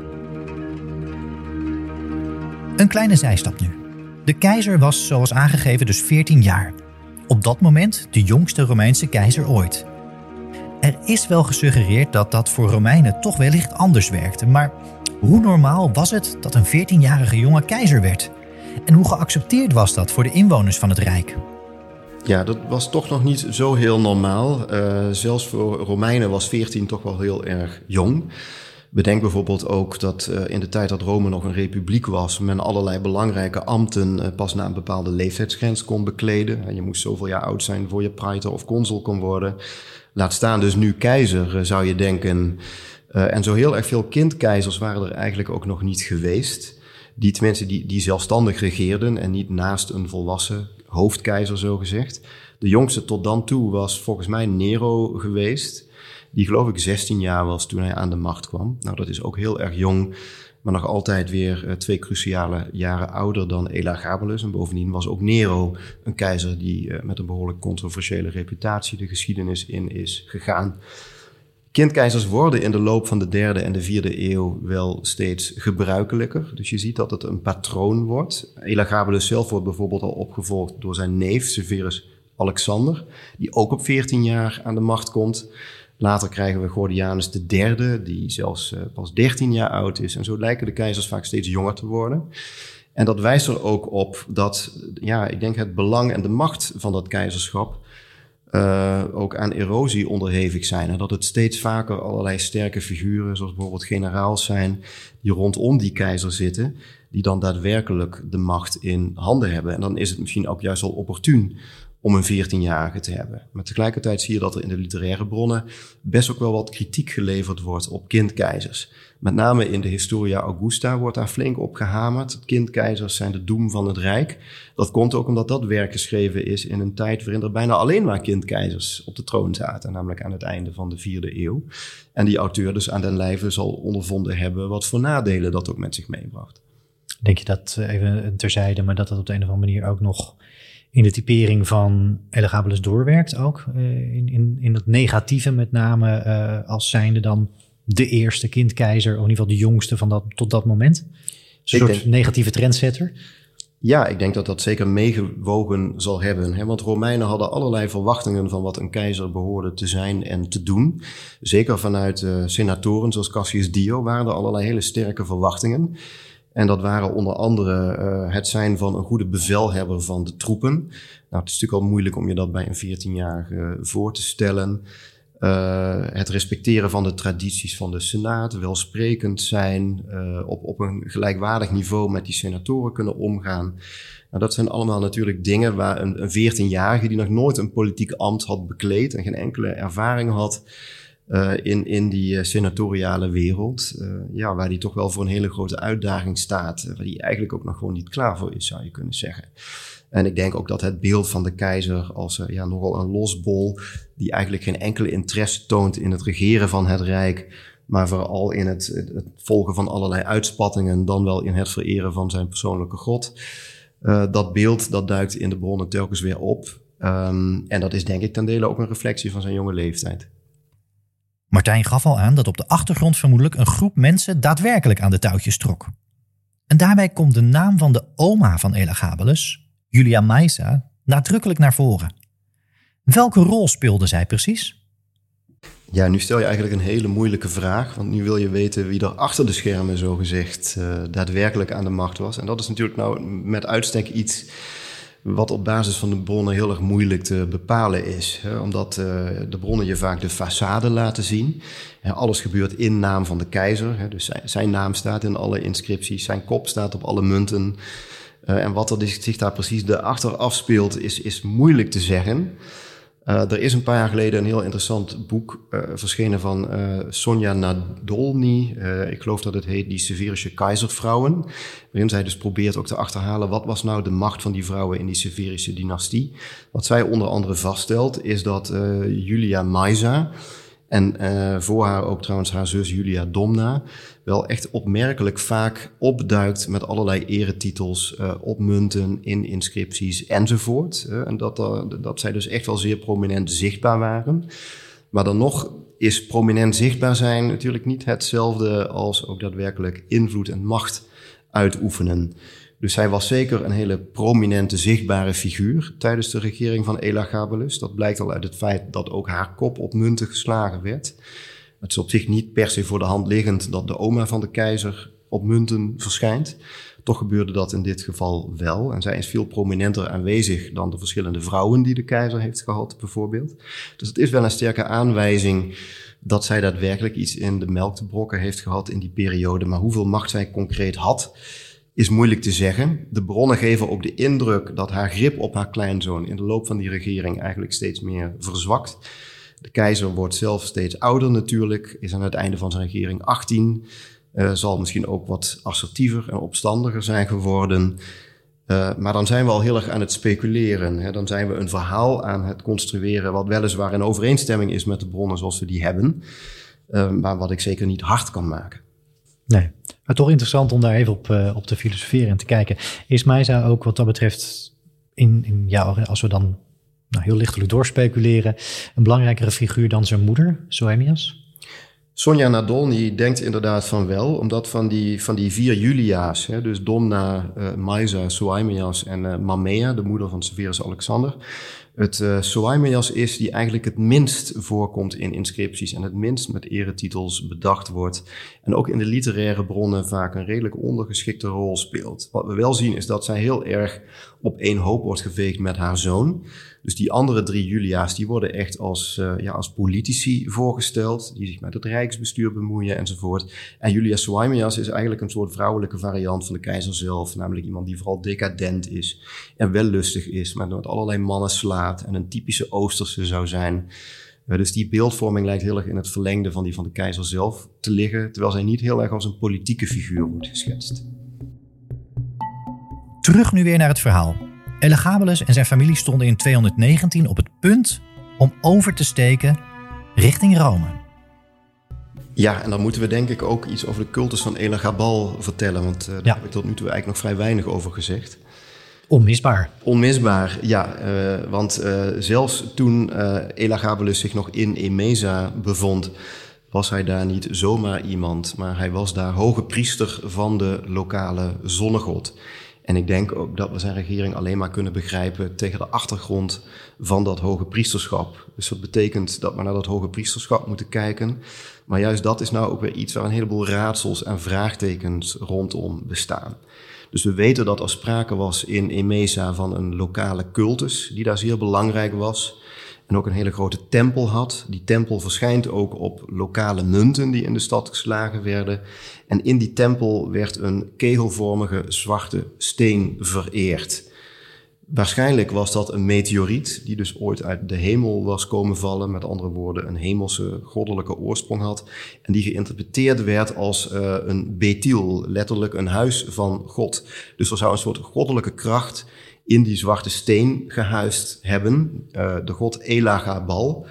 Een kleine zijstap nu. De keizer was, zoals aangegeven, dus veertien jaar. Op dat moment de jongste Romeinse keizer ooit. Er is wel gesuggereerd dat dat voor Romeinen toch wellicht anders werkte. Maar hoe normaal was het dat een veertienjarige jonge keizer werd? En hoe geaccepteerd was dat voor de inwoners van het Rijk? Ja, dat was toch nog niet zo heel normaal. Uh, zelfs voor Romeinen was veertien toch wel heel erg jong. Bedenk bijvoorbeeld ook dat uh, in de tijd dat Rome nog een republiek was, men allerlei belangrijke ambten uh, pas na een bepaalde leeftijdsgrens kon bekleden. En je moest zoveel jaar oud zijn voor je praetor of consul kon worden. Laat staan dus nu keizer, uh, zou je denken. Uh, en zo heel erg veel kindkeizers waren er eigenlijk ook nog niet geweest. Die tenminste die, die zelfstandig regeerden en niet naast een volwassen hoofdkeizer zogezegd. De jongste tot dan toe was volgens mij Nero geweest, die geloof ik zestien jaar was toen hij aan de macht kwam. Nou, dat is ook heel erg jong, maar nog altijd weer uh, twee cruciale jaren ouder dan Elagabalus. En bovendien was ook Nero een keizer die uh, met een behoorlijk controversiële reputatie de geschiedenis in is gegaan. Kindkeizers worden in de loop van de derde en de vierde eeuw wel steeds gebruikelijker. Dus je ziet dat het een patroon wordt. Elagabalus zelf wordt bijvoorbeeld al opgevolgd door zijn neef Severus Alexander, die ook op veertien jaar aan de macht komt. Later krijgen we Gordianus de derde, die zelfs uh, pas dertien jaar oud is. En zo lijken de keizers vaak steeds jonger te worden. En dat wijst er ook op dat, ja, ik denk het belang en de macht van dat keizerschap uh, ook aan erosie onderhevig zijn. En dat het steeds vaker allerlei sterke figuren, zoals bijvoorbeeld generaals zijn, die rondom die keizer zitten, die dan daadwerkelijk de macht in handen hebben. En dan is het misschien ook juist wel opportun om een veertienjarige te hebben. Maar tegelijkertijd zie je dat er in de literaire bronnen best ook wel wat kritiek geleverd wordt op kindkeizers. Met name in de Historia Augusta wordt daar flink op gehamerd. Kindkeizers zijn de doem van het Rijk. Dat komt ook omdat dat werk geschreven is in een tijd waarin er bijna alleen maar kindkeizers op de troon zaten, namelijk aan het einde van de vierde eeuw. En die auteur dus aan den lijve zal ondervonden hebben wat voor nadelen dat ook met zich meebracht. Denk je dat, even terzijde, maar dat dat op de een of andere manier ook nog in de typering van Elagabalus doorwerkt ook? Uh, in, in, in het negatieve met name uh, als zijnde dan de eerste kindkeizer, of in ieder geval de jongste van dat, tot dat moment? Een soort denk, negatieve trendsetter? Ja, ik denk dat dat zeker meegewogen zal hebben. Hè? Want Romeinen hadden allerlei verwachtingen van wat een keizer behoorde te zijn en te doen. Zeker vanuit uh, senatoren zoals Cassius Dio waren er allerlei hele sterke verwachtingen. En dat waren onder andere uh, het zijn van een goede bevelhebber van de troepen. Nou, het is natuurlijk al moeilijk om je dat bij een veertienjarige voor te stellen. Uh, het respecteren van de tradities van de Senaat, welsprekend zijn, uh, op, op een gelijkwaardig niveau met die senatoren kunnen omgaan. Nou, dat zijn allemaal natuurlijk dingen waar een, een veertienjarige die nog nooit een politiek ambt had bekleed en geen enkele ervaring had Uh, in, in die uh, senatoriale wereld, uh, ja, waar die toch wel voor een hele grote uitdaging staat, uh, waar die eigenlijk ook nog gewoon niet klaar voor is, zou je kunnen zeggen. En ik denk ook dat het beeld van de keizer als uh, ja, nogal een losbol, die eigenlijk geen enkele interesse toont in het regeren van het Rijk, maar vooral in het, het volgen van allerlei uitspattingen, dan wel in het vereren van zijn persoonlijke god. Uh, dat beeld, dat duikt in de bronnen telkens weer op. Um, en dat is denk ik ten dele ook een reflectie van zijn jonge leeftijd. Martijn gaf al aan dat op de achtergrond vermoedelijk een groep mensen daadwerkelijk aan de touwtjes trok. En daarbij komt de naam van de oma van Elagabalus, Julia Maesa, nadrukkelijk naar voren. Welke rol speelde zij precies? Ja, nu stel je eigenlijk een hele moeilijke vraag, want nu wil je weten wie er achter de schermen zogezegd uh, daadwerkelijk aan de macht was. En dat is natuurlijk nou met uitstek iets wat op basis van de bronnen heel erg moeilijk te bepalen is. Hè, omdat uh, de bronnen je vaak de façade laten zien. Hè, alles gebeurt in naam van de keizer. Hè, dus zijn, zijn naam staat in alle inscripties, zijn kop staat op alle munten. Uh, en wat er zich daar precies daarachter afspeelt is, is moeilijk te zeggen. Uh, er is een paar jaar geleden een heel interessant boek uh, verschenen van uh, Sonja Nadolny. Uh, ik geloof dat het heet Die Severische Keizervrouwen. Waarin zij dus probeert ook te achterhalen wat was nou de macht van die vrouwen in die Severische dynastie. Wat zij onder andere vaststelt is dat uh, Julia Maisa en uh, voor haar ook trouwens haar zus Julia Domna wel echt opmerkelijk vaak opduikt met allerlei eretitels uh, op munten, in inscripties enzovoort. Uh, en dat, uh, dat zij dus echt wel zeer prominent zichtbaar waren. Maar dan nog is prominent zichtbaar zijn natuurlijk niet hetzelfde als ook daadwerkelijk invloed en macht uitoefenen. Dus zij was zeker een hele prominente, zichtbare figuur tijdens de regering van Elagabalus. Dat blijkt al uit het feit dat ook haar kop op munten geslagen werd. Het is op zich niet per se voor de hand liggend dat de oma van de keizer op munten verschijnt. Toch gebeurde dat in dit geval wel. En zij is veel prominenter aanwezig dan de verschillende vrouwen die de keizer heeft gehad, bijvoorbeeld. Dus het is wel een sterke aanwijzing dat zij daadwerkelijk iets in de melk te brokken heeft gehad in die periode. Maar hoeveel macht zij concreet had, is moeilijk te zeggen. De bronnen geven ook de indruk dat haar grip op haar kleinzoon in de loop van die regering eigenlijk steeds meer verzwakt. De keizer wordt zelf steeds ouder natuurlijk, is aan het einde van zijn regering achttien, uh, zal misschien ook wat assertiever en opstandiger zijn geworden. Uh, maar dan zijn we al heel erg aan het speculeren. Hè. Dan zijn we een verhaal aan het construeren wat weliswaar in overeenstemming is met de bronnen zoals we die hebben, uh, maar wat ik zeker niet hard kan maken. Nee, maar toch interessant om daar even op, uh, op te filosoferen en te kijken. Is Maisa ook wat dat betreft, in, in, ja, als we dan nou, heel lichtelijk doorspeculeren, een belangrijkere figuur dan zijn moeder, Soaemias? Sonja Nadolny denkt inderdaad van wel, omdat van die, van die vier Julia's, hè, dus Domna, uh, Maisa, Soaemias en uh, Mamea, de moeder van Severus Alexander, het uh, Soaemias is die eigenlijk het minst voorkomt in inscripties en het minst met eretitels bedacht wordt. En ook in de literaire bronnen vaak een redelijk ondergeschikte rol speelt. Wat we wel zien is dat zij heel erg op één hoop wordt geveegd met haar zoon. Dus die andere drie Julia's, die worden echt als, uh, ja, als politici voorgesteld, die zich met het rijksbestuur bemoeien enzovoort. En Julia Soaemias is eigenlijk een soort vrouwelijke variant van de keizer zelf, namelijk iemand die vooral decadent is en wellustig is, maar met allerlei mannen slaat en een typische Oosterse zou zijn. Uh, dus die beeldvorming lijkt heel erg in het verlengde van die van de keizer zelf te liggen, terwijl zij niet heel erg als een politieke figuur wordt geschetst. Terug nu weer naar het verhaal. Elagabalus en zijn familie stonden in tweehonderdnegentien op het punt om over te steken richting Rome. Ja, en dan moeten we denk ik ook iets over de cultus van Elagabal vertellen, want uh, daar ja. heb ik tot nu toe eigenlijk nog vrij weinig over gezegd. Onmisbaar. Onmisbaar, ja. Uh, want uh, zelfs toen uh, Elagabalus zich nog in Emesa bevond, was hij daar niet zomaar iemand, maar hij was daar hoge priester van de lokale zonnegod. En ik denk ook dat we zijn regering alleen maar kunnen begrijpen tegen de achtergrond van dat hoge priesterschap. Dus dat betekent dat we naar dat hoge priesterschap moeten kijken. Maar juist dat is nou ook weer iets waar een heleboel raadsels en vraagtekens rondom bestaan. Dus we weten dat er sprake was in Emesa van een lokale cultus die daar zeer belangrijk was. En ook een hele grote tempel had. Die tempel verschijnt ook op lokale munten die in de stad geslagen werden. En in die tempel werd een kegelvormige zwarte steen vereerd. Waarschijnlijk was dat een meteoriet die dus ooit uit de hemel was komen vallen. Met andere woorden, een hemelse goddelijke oorsprong had. En die geïnterpreteerd werd als uh, een Bethel, letterlijk een huis van God. Dus er zou een soort goddelijke kracht in die zwarte steen gehuisd hebben, uh, de god Elagabal.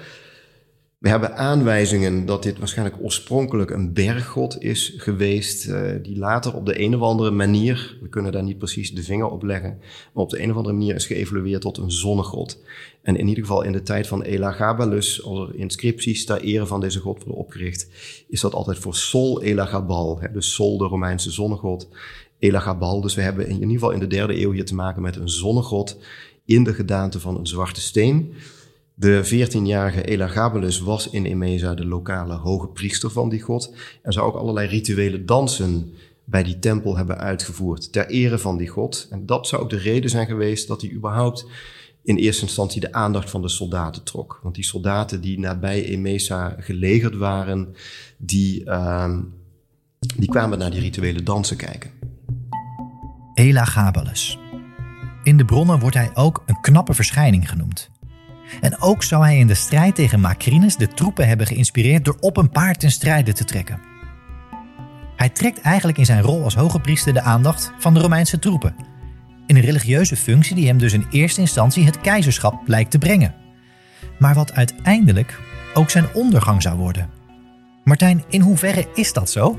We hebben aanwijzingen dat dit waarschijnlijk oorspronkelijk een berggod is geweest, uh, die later op de een of andere manier, we kunnen daar niet precies de vinger op leggen, maar op de een of andere manier is geëvolueerd tot een zonnegod. En in ieder geval in de tijd van Elagabalus, als er inscripties ter ere van deze god worden opgericht, is dat altijd voor Sol Elagabal, hè, dus Sol, de Romeinse zonnegod, Elagabal. Dus we hebben in ieder geval in de derde eeuw hier te maken met een zonnegod in de gedaante van een zwarte steen. De veertienjarige Elagabalus was in Emesa de lokale hoge priester van die god en zou ook allerlei rituele dansen bij die tempel hebben uitgevoerd ter ere van die god. En dat zou ook de reden zijn geweest dat hij überhaupt in eerste instantie de aandacht van de soldaten trok. Want die soldaten die nabij Emesa gelegerd waren, die, uh, die kwamen naar die rituele dansen kijken. Elagabalus. In de bronnen wordt hij ook een knappe verschijning genoemd. En ook zou hij in de strijd tegen Macrinus de troepen hebben geïnspireerd door op een paard ten strijde te trekken. Hij trekt eigenlijk in zijn rol als hoge priester de aandacht van de Romeinse troepen, in een religieuze functie die hem dus in eerste instantie het keizerschap lijkt te brengen. Maar wat uiteindelijk ook zijn ondergang zou worden. Martijn, in hoeverre is dat zo?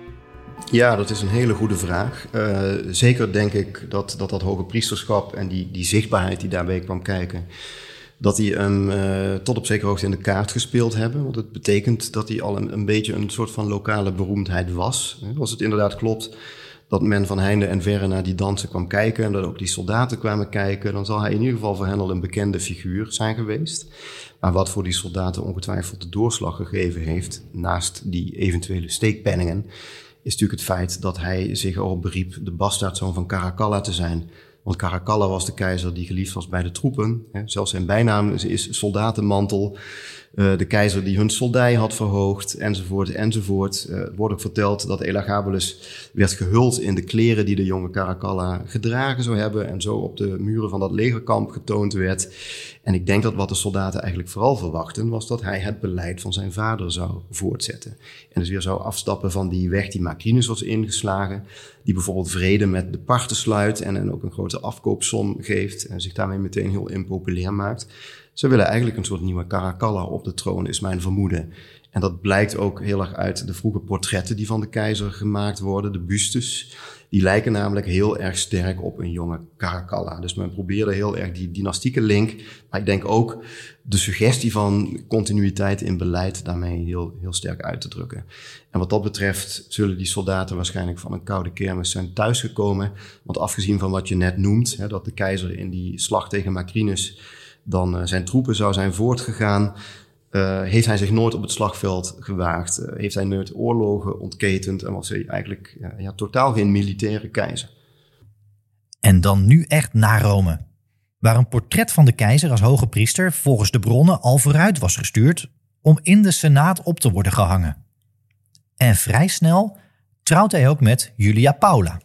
Ja, dat is een hele goede vraag. Uh, zeker denk ik dat dat, dat hoge priesterschap en die, die zichtbaarheid die daarbij kwam kijken, dat die hem uh, tot op zekere hoogte in de kaart gespeeld hebben. Want het betekent dat hij al een, een beetje een soort van lokale beroemdheid was. Als het inderdaad klopt dat men van heinde en verre naar die dansen kwam kijken en dat ook die soldaten kwamen kijken, dan zal hij in ieder geval voor hen al een bekende figuur zijn geweest. Maar wat voor die soldaten ongetwijfeld de doorslag gegeven heeft, naast die eventuele steekpenningen, is natuurlijk het feit dat hij zich erop beriep de bastaardzoon van Caracalla te zijn. Want Caracalla was de keizer die geliefd was bij de troepen. Zelfs zijn bijnaam is soldatenmantel. Uh, de keizer die hun soldij had verhoogd, enzovoort, enzovoort. Uh, wordt ook verteld dat Elagabalus werd gehuld in de kleren die de jonge Caracalla gedragen zou hebben en zo op de muren van dat legerkamp getoond werd. En ik denk dat wat de soldaten eigenlijk vooral verwachten was dat hij het beleid van zijn vader zou voortzetten. En dus weer zou afstappen van die weg die Macrinus was ingeslagen, die bijvoorbeeld vrede met de Parten sluit en hen ook een grote afkoopsom geeft en zich daarmee meteen heel impopulair maakt. Ze willen eigenlijk een soort nieuwe Caracalla op de troon, is mijn vermoeden. En dat blijkt ook heel erg uit de vroege portretten die van de keizer gemaakt worden, de bustes. Die lijken namelijk heel erg sterk op een jonge Caracalla. Dus men probeerde heel erg die dynastieke link, maar ik denk ook de suggestie van continuïteit in beleid daarmee heel, heel sterk uit te drukken. En wat dat betreft zullen die soldaten waarschijnlijk van een koude kermis zijn thuisgekomen. Want afgezien van wat je net noemt, hè, dat de keizer in die slag tegen Macrinus dan uh, zijn troepen zou zijn voortgegaan, Uh, heeft hij zich nooit op het slagveld gewaagd. Uh, heeft hij nooit oorlogen ontketend en was hij eigenlijk uh, ja, totaal geen militaire keizer. En dan nu echt naar Rome, waar een portret van de keizer als hoge priester volgens de bronnen al vooruit was gestuurd om in de senaat op te worden gehangen. En vrij snel trouwt hij ook met Julia Paula.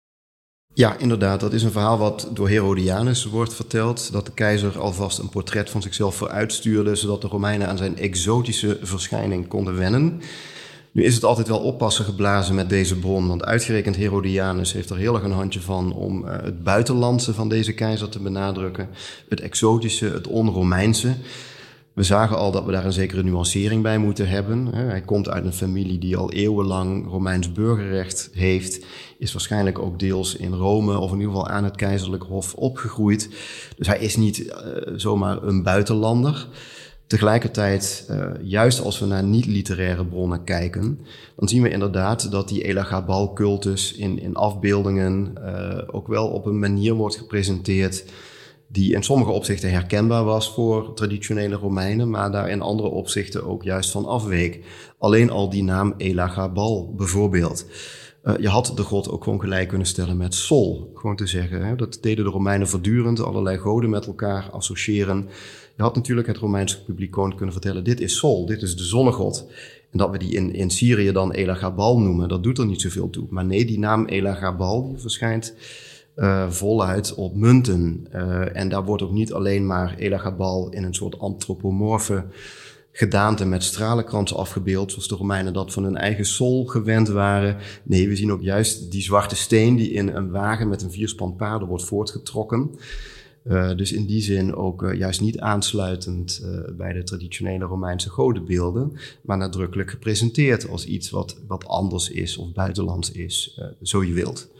Ja, inderdaad. Dat is een verhaal wat door Herodianus wordt verteld. Dat de keizer alvast een portret van zichzelf vooruitstuurde, zodat de Romeinen aan zijn exotische verschijning konden wennen. Nu is het altijd wel oppassen geblazen met deze bron, want uitgerekend Herodianus heeft er heel erg een handje van om uh, het buitenlandse van deze keizer te benadrukken. Het exotische, het on-Romeinse. We zagen al dat we daar een zekere nuancering bij moeten hebben. Hij komt uit een familie die al eeuwenlang Romeins burgerrecht heeft, is waarschijnlijk ook deels in Rome of in ieder geval aan het keizerlijk hof opgegroeid. Dus hij is niet uh, zomaar een buitenlander. Tegelijkertijd, uh, juist als we naar niet-literaire bronnen kijken, dan zien we inderdaad dat die Elagabal-cultus in, in afbeeldingen uh, ook wel op een manier wordt gepresenteerd die in sommige opzichten herkenbaar was voor traditionele Romeinen, maar daar in andere opzichten ook juist van afweek. Alleen al die naam Elagabal bijvoorbeeld. Uh, je had de god ook gewoon gelijk kunnen stellen met Sol. Gewoon te zeggen, hè, dat deden de Romeinen voortdurend, allerlei goden met elkaar associëren. Je had natuurlijk het Romeinse publiek gewoon kunnen vertellen, dit is Sol, dit is de zonnegod. En dat we die in, in Syrië dan Elagabal noemen, dat doet er niet zoveel toe. Maar nee, die naam Elagabal die verschijnt Uh, voluit op munten. Uh, en daar wordt ook niet alleen maar Elagabal in een soort antropomorfe gedaante met stralenkrans afgebeeld, zoals de Romeinen dat van hun eigen sol gewend waren. Nee, we zien ook juist die zwarte steen die in een wagen met een vierspan paarden wordt voortgetrokken. Uh, dus in die zin ook uh, juist niet aansluitend uh, bij de traditionele Romeinse godenbeelden, maar nadrukkelijk gepresenteerd als iets wat, wat anders is of buitenlands is, uh, zo je wilt.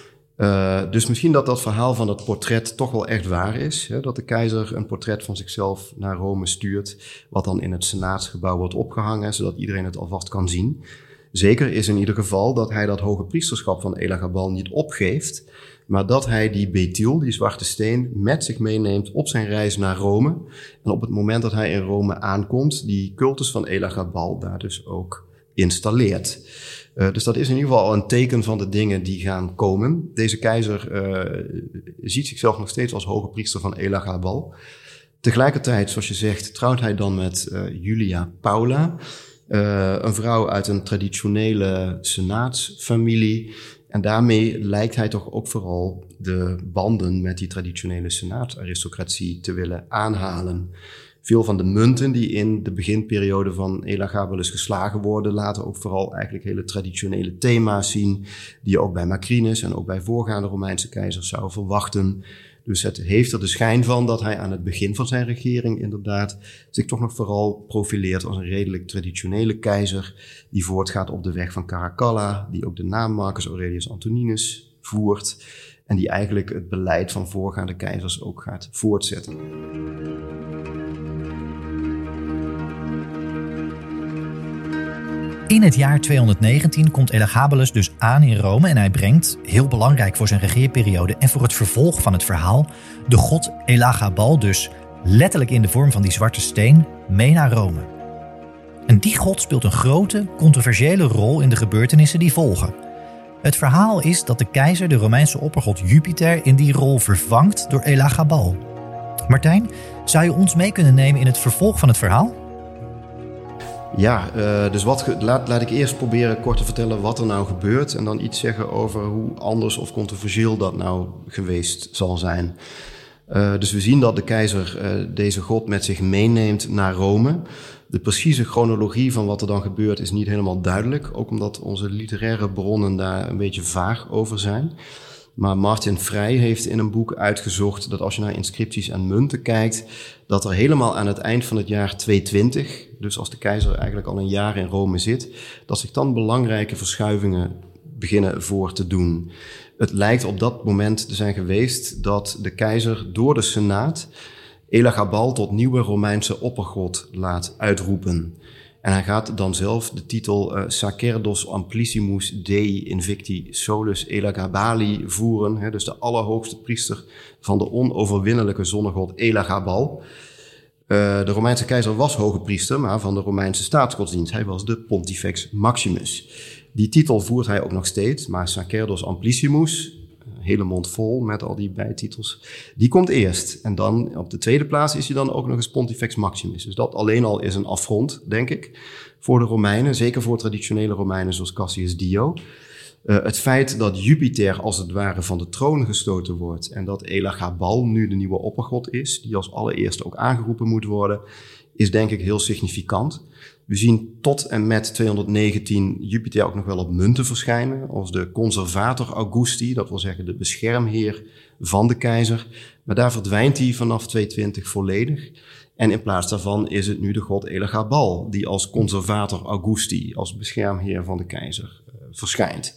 Uh, dus misschien dat dat verhaal van dat portret toch wel echt waar is. Hè? Dat de keizer een portret van zichzelf naar Rome stuurt, wat dan in het senaatsgebouw wordt opgehangen, zodat iedereen het alvast kan zien. Zeker is in ieder geval dat hij dat hoge priesterschap van Elagabal niet opgeeft, maar dat hij die Bethil, die zwarte steen, met zich meeneemt op zijn reis naar Rome. En op het moment dat hij in Rome aankomt, die cultus van Elagabal daar dus ook installeert. Uh, dus dat is in ieder geval al een teken van de dingen die gaan komen. Deze keizer uh, ziet zichzelf nog steeds als hoge priester van Elagabal. Tegelijkertijd, zoals je zegt, trouwt hij dan met uh, Julia Paula, uh, een vrouw uit een traditionele senaatsfamilie. En daarmee lijkt hij toch ook vooral de banden met die traditionele senaataristocratie te willen aanhalen. Veel van de munten die in de beginperiode van Elagabalus geslagen worden, laten ook vooral eigenlijk hele traditionele thema's zien, die je ook bij Macrinus en ook bij voorgaande Romeinse keizers zou verwachten. Dus het heeft er de schijn van dat hij aan het begin van zijn regering inderdaad zich toch nog vooral profileert als een redelijk traditionele keizer, die voortgaat op de weg van Caracalla, die ook de naam Marcus Aurelius Antoninus voert en die eigenlijk het beleid van voorgaande keizers ook gaat voortzetten. In het jaar tweehonderdnegentien komt Elagabalus dus aan in Rome en hij brengt, heel belangrijk voor zijn regeerperiode en voor het vervolg van het verhaal, de god Elagabal, dus letterlijk in de vorm van die zwarte steen, mee naar Rome. En die god speelt een grote, controversiële rol in de gebeurtenissen die volgen. Het verhaal is dat de keizer de Romeinse oppergod Jupiter in die rol vervangt door Elagabal. Martijn, zou je ons mee kunnen nemen in het vervolg van het verhaal? Ja, uh, dus wat ge- laat, laat ik eerst proberen kort te vertellen wat er nou gebeurt en dan iets zeggen over hoe anders of controversieel dat nou geweest zal zijn. Uh, dus we zien dat de keizer uh, deze god met zich meeneemt naar Rome. De precieze chronologie van wat er dan gebeurt is niet helemaal duidelijk, ook omdat onze literaire bronnen daar een beetje vaag over zijn. Maar Martin Vrij heeft in een boek uitgezocht dat als je naar inscripties en munten kijkt, dat er helemaal aan het eind van het jaar tweehonderdtwintig, dus als de keizer eigenlijk al een jaar in Rome zit, dat zich dan belangrijke verschuivingen beginnen voor te doen. Het lijkt op dat moment te zijn geweest dat de keizer door de Senaat Elagabal tot nieuwe Romeinse oppergod laat uitroepen. En hij gaat dan zelf de titel uh, Sacerdos Amplissimus Dei Invicti Solus Elagabali voeren. Hè, dus de allerhoogste priester van de onoverwinnelijke zonnegod Elagabal. Uh, de Romeinse keizer was hoge priester, maar van de Romeinse staatsgodsdienst. Hij was de Pontifex Maximus. Die titel voert hij ook nog steeds, maar Sacerdos Amplissimus, hele mond vol met al die bijtitels, die komt eerst. En dan op de tweede plaats is hij dan ook nog eens Pontifex Maximus. Dus dat alleen al is een affront, denk ik, voor de Romeinen, zeker voor traditionele Romeinen zoals Cassius Dio. Uh, het feit dat Jupiter als het ware van de troon gestoten wordt en dat Elagabal nu de nieuwe oppergod is, die als allereerste ook aangeroepen moet worden, is denk ik heel significant. We zien tot en met tweehonderdnegentien Jupiter ook nog wel op munten verschijnen als de conservator Augusti, dat wil zeggen de beschermheer van de keizer. Maar daar verdwijnt hij vanaf tweehonderdtwintig volledig. En in plaats daarvan is het nu de god Elagabal, die als conservator Augusti, als beschermheer van de keizer, uh, verschijnt.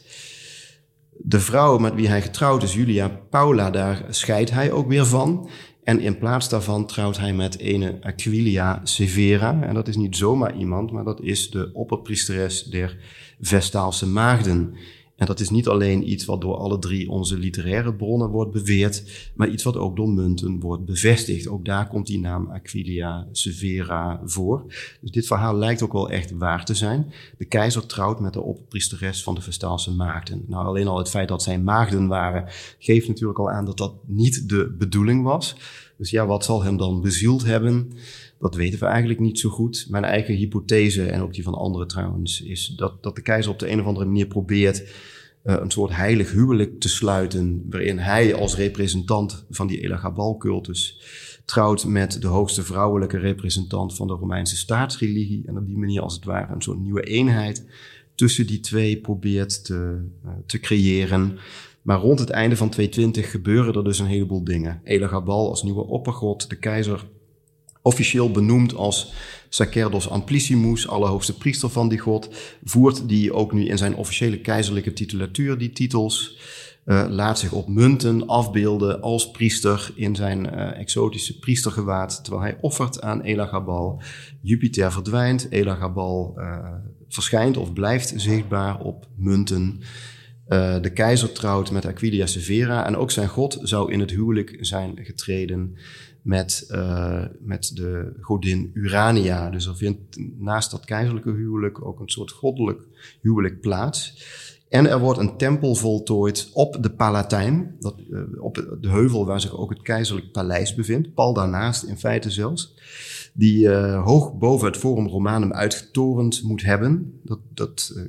De vrouw met wie hij getrouwd is, Julia Paula, daar scheidt hij ook weer van. En in plaats daarvan trouwt hij met ene Aquilia Severa. En dat is niet zomaar iemand, maar dat is de opperpriesteres der Vestaalse maagden. En dat is niet alleen iets wat door alle drie onze literaire bronnen wordt beweerd, maar iets wat ook door munten wordt bevestigd. Ook daar komt die naam Aquilia Severa voor. Dus dit verhaal lijkt ook wel echt waar te zijn. De keizer trouwt met de opperpriesteres van de Vestaalse maagden. Nou, alleen al het feit dat zij maagden waren, geeft natuurlijk al aan dat dat niet de bedoeling was. Dus ja, wat zal hem dan bezield hebben? Dat weten we eigenlijk niet zo goed. Mijn eigen hypothese, en ook die van anderen trouwens, is dat, dat de keizer op de een of andere manier probeert uh, een soort heilig huwelijk te sluiten, waarin hij als representant van die Elagabal-cultus trouwt met de hoogste vrouwelijke representant van de Romeinse staatsreligie en op die manier als het ware een soort nieuwe eenheid tussen die twee probeert te, uh, te creëren. Maar rond het einde van tweehonderdtwintig gebeuren er dus een heleboel dingen. Elagabal als nieuwe oppergod, de keizer officieel benoemd als Sacerdos Amplissimus, allerhoogste priester van die god, voert die ook nu in zijn officiële keizerlijke titulatuur die titels, uh, laat zich op munten afbeelden als priester in zijn uh, exotische priestergewaad, terwijl hij offert aan Elagabal. Jupiter verdwijnt, Elagabal uh, verschijnt of blijft zichtbaar op munten. Uh, de keizer trouwt met Aquilia Severa en ook zijn god zou in het huwelijk zijn getreden met, uh, met de godin Urania. Dus er vindt naast dat keizerlijke huwelijk ook een soort goddelijk huwelijk plaats. En er wordt een tempel voltooid op de Palatijn, dat, uh, op de heuvel waar zich ook het keizerlijk paleis bevindt, pal daarnaast in feite zelfs, die uh, hoog boven het Forum Romanum uitgetorend moet hebben. Dat, dat uh,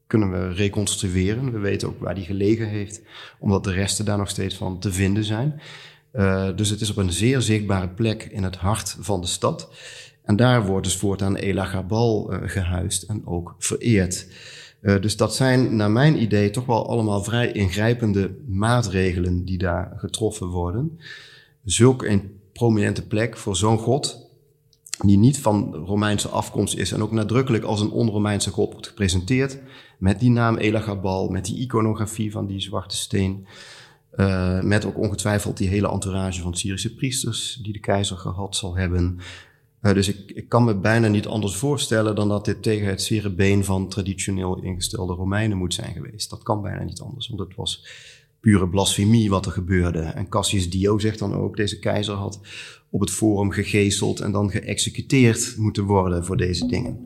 kunnen we reconstrueren. We weten ook waar die gelegen heeft, omdat de resten daar nog steeds van te vinden zijn. Uh, dus het is op een zeer zichtbare plek in het hart van de stad. En daar wordt dus voortaan Elagabal uh, gehuisd en ook vereerd. Uh, dus dat zijn naar mijn idee toch wel allemaal vrij ingrijpende maatregelen die daar getroffen worden. Zulk een prominente plek voor zo'n god, die niet van Romeinse afkomst is en ook nadrukkelijk als een on-Romeinse god wordt gepresenteerd, met die naam Elagabal, met die iconografie van die zwarte steen, uh, met ook ongetwijfeld die hele entourage van Syrische priesters die de keizer gehad zal hebben. Uh, dus ik, ik kan me bijna niet anders voorstellen dan dat dit tegen het zere been van traditioneel ingestelde Romeinen moet zijn geweest. Dat kan bijna niet anders, want het was pure blasfemie wat er gebeurde. En Cassius Dio zegt dan ook, deze keizer had op het forum gegezeld en dan geëxecuteerd moeten worden voor deze dingen.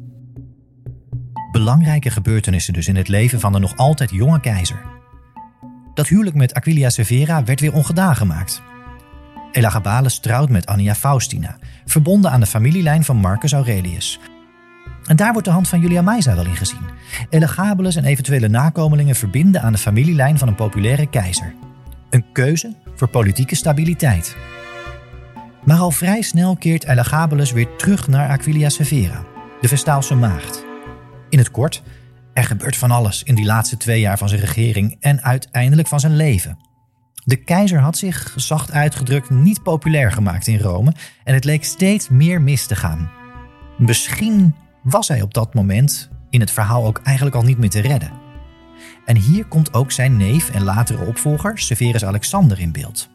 Belangrijke gebeurtenissen dus in het leven van de nog altijd jonge keizer. Dat huwelijk met Aquilia Severa werd weer ongedaan gemaakt. Elagabalus trouwt met Annia Faustina, verbonden aan de familielijn van Marcus Aurelius. En daar wordt de hand van Julia Maesa wel in gezien. Elagabalus en eventuele nakomelingen verbinden aan de familielijn van een populaire keizer. Een keuze voor politieke stabiliteit. Maar al vrij snel keert Elagabalus weer terug naar Aquilia Severa, de Vestaalse maagd. In het kort, er gebeurt van alles in die laatste twee jaar van zijn regering en uiteindelijk van zijn leven. De keizer had zich, zacht uitgedrukt, niet populair gemaakt in Rome en het leek steeds meer mis te gaan. Misschien was hij op dat moment in het verhaal ook eigenlijk al niet meer te redden. En hier komt ook zijn neef en latere opvolger, Severus Alexander, in beeld.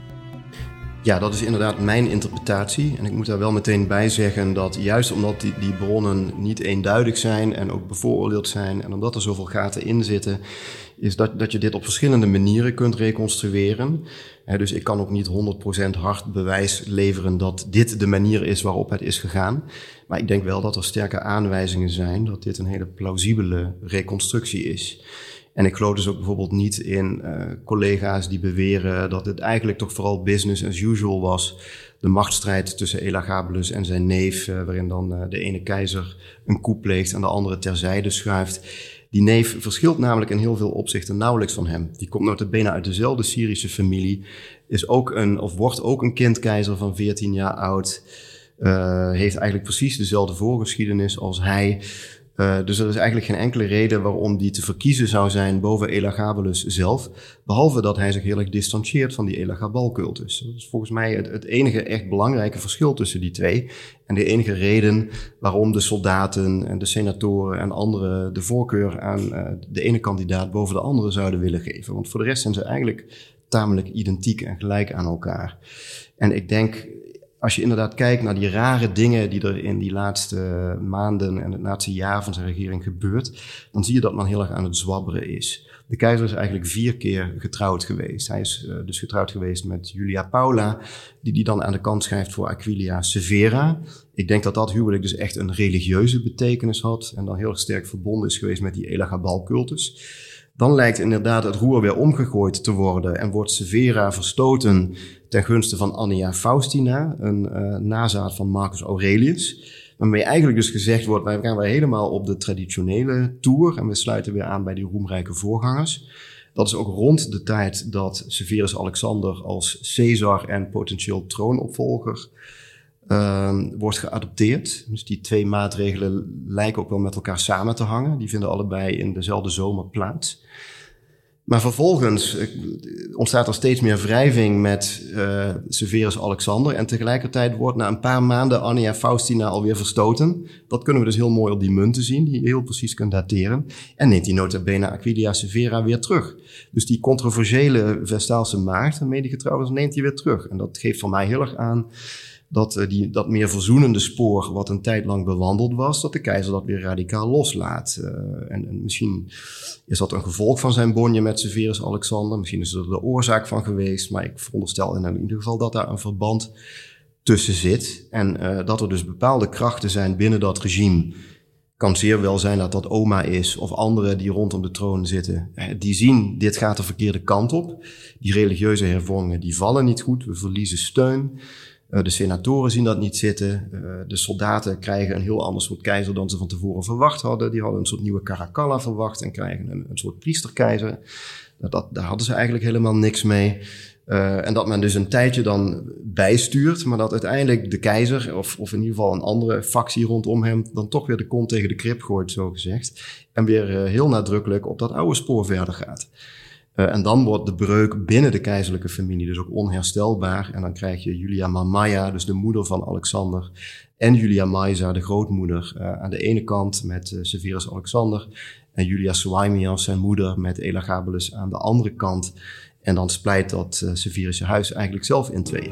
Ja, dat is inderdaad mijn interpretatie. En ik moet daar wel meteen bij zeggen dat juist omdat die, die bronnen niet eenduidig zijn en ook bevooroordeeld zijn en omdat er zoveel gaten in zitten, is dat, dat je dit op verschillende manieren kunt reconstrueren. He, dus ik kan ook niet honderd procent hard bewijs leveren dat dit de manier is waarop het is gegaan. Maar ik denk wel dat er sterke aanwijzingen zijn dat dit een hele plausibele reconstructie is. En ik geloof dus ook bijvoorbeeld niet in uh, collega's die beweren dat het eigenlijk toch vooral business as usual was. De machtsstrijd tussen Elagabalus en zijn neef, uh, waarin dan uh, de ene keizer een coup pleegt en de andere terzijde schuift. Die neef verschilt namelijk in heel veel opzichten nauwelijks van hem. Die komt nota bene uit dezelfde Syrische familie, is ook een, of wordt ook een kindkeizer van veertien jaar oud, uh, heeft eigenlijk precies dezelfde voorgeschiedenis als hij. Uh, dus er is eigenlijk geen enkele reden waarom die te verkiezen zou zijn boven Elagabalus zelf, behalve dat hij zich heel erg distancieert van die Elagabal-cultus. Dat is volgens mij het, het enige echt belangrijke verschil tussen die twee en de enige reden waarom de soldaten en de senatoren en anderen de voorkeur aan uh, de ene kandidaat boven de andere zouden willen geven. Want voor de rest zijn ze eigenlijk tamelijk identiek en gelijk aan elkaar. En ik denk, als je inderdaad kijkt naar die rare dingen die er in die laatste maanden en het laatste jaar van zijn regering gebeurt, dan zie je dat men heel erg aan het zwabberen is. De keizer is eigenlijk vier keer getrouwd geweest. Hij is uh, dus getrouwd geweest met Julia Paula, die die dan aan de kant schrijft voor Aquilia Severa. Ik denk dat dat huwelijk dus echt een religieuze betekenis had en dan heel erg sterk verbonden is geweest met die Elagabal-cultus. Dan lijkt inderdaad het roer weer omgegooid te worden en wordt Severa verstoten ten gunste van Annia Faustina, een uh, nazaat van Marcus Aurelius. Waarmee eigenlijk dus gezegd wordt, wij gaan weer helemaal op de traditionele toer en we sluiten weer aan bij die roemrijke voorgangers. Dat is ook rond de tijd dat Severus Alexander als Caesar en potentieel troonopvolger uh, wordt geadopteerd. Dus die twee maatregelen lijken ook wel met elkaar samen te hangen. Die vinden allebei in dezelfde zomer plaats. Maar vervolgens ontstaat er steeds meer wrijving met uh, Severus Alexander. En tegelijkertijd wordt na een paar maanden Annia Faustina alweer verstoten. Dat kunnen we dus heel mooi op die munten zien, die je heel precies kunt dateren. En neemt die nota bene Aquilia Severa weer terug. Dus die controversiële Vestaalse maagd, waarmee die getrouwd is, neemt hij weer terug. En dat geeft voor mij heel erg aan dat uh, die, dat meer verzoenende spoor, wat een tijd lang bewandeld was, dat de keizer dat weer radicaal loslaat. Uh, en, en misschien is dat een gevolg van zijn bonje met Severus Alexander. Misschien is er de oorzaak van geweest, maar ik veronderstel in ieder geval dat daar een verband tussen zit. En uh, dat er dus bepaalde krachten zijn binnen dat regime. Kan zeer wel zijn dat dat oma is of anderen die rondom de troon zitten. Die zien, dit gaat de verkeerde kant op. Die religieuze hervormingen, die vallen niet goed. We verliezen steun. Uh, de senatoren zien dat niet zitten. Uh, de soldaten krijgen een heel ander soort keizer dan ze van tevoren verwacht hadden. Die hadden een soort nieuwe Caracalla verwacht en krijgen een, een soort priesterkeizer. Dat, dat, daar hadden ze eigenlijk helemaal niks mee. Uh, en dat men dus een tijdje dan bijstuurt, maar dat uiteindelijk de keizer, of, of in ieder geval een andere factie rondom hem, dan toch weer de kont tegen de krib gooit, zo gezegd. En weer uh, heel nadrukkelijk op dat oude spoor verder gaat. Uh, en dan wordt de breuk binnen de keizerlijke familie dus ook onherstelbaar. En dan krijg je Julia Mamaia, dus de moeder van Alexander, en Julia Maisa, de grootmoeder, uh, aan de ene kant met uh, Severus Alexander, en Julia Soaemias, zijn moeder, met Elagabalus aan de andere kant. En dan splijt dat uh, Severische huis eigenlijk zelf in tweeën.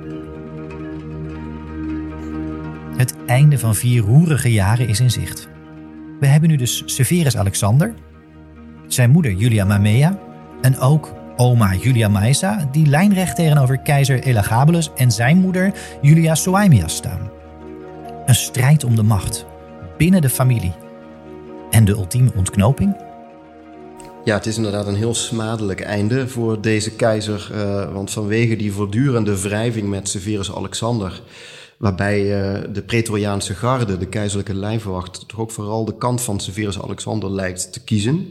Het einde van vier roerige jaren is in zicht. We hebben nu dus Severus Alexander, zijn moeder Julia Mamaea en ook oma Julia Maisa, die lijnrecht tegenover keizer Elagabalus en zijn moeder Julia Soaemias staan. Een strijd om de macht binnen de familie. En de ultieme ontknoping? Ja, het is inderdaad een heel smadelijk einde voor deze keizer. Uh, want vanwege die voortdurende wrijving met Severus Alexander, waarbij uh, de Praetoriaanse garde, de keizerlijke lijfwacht, toch ook vooral de kant van Severus Alexander lijkt te kiezen.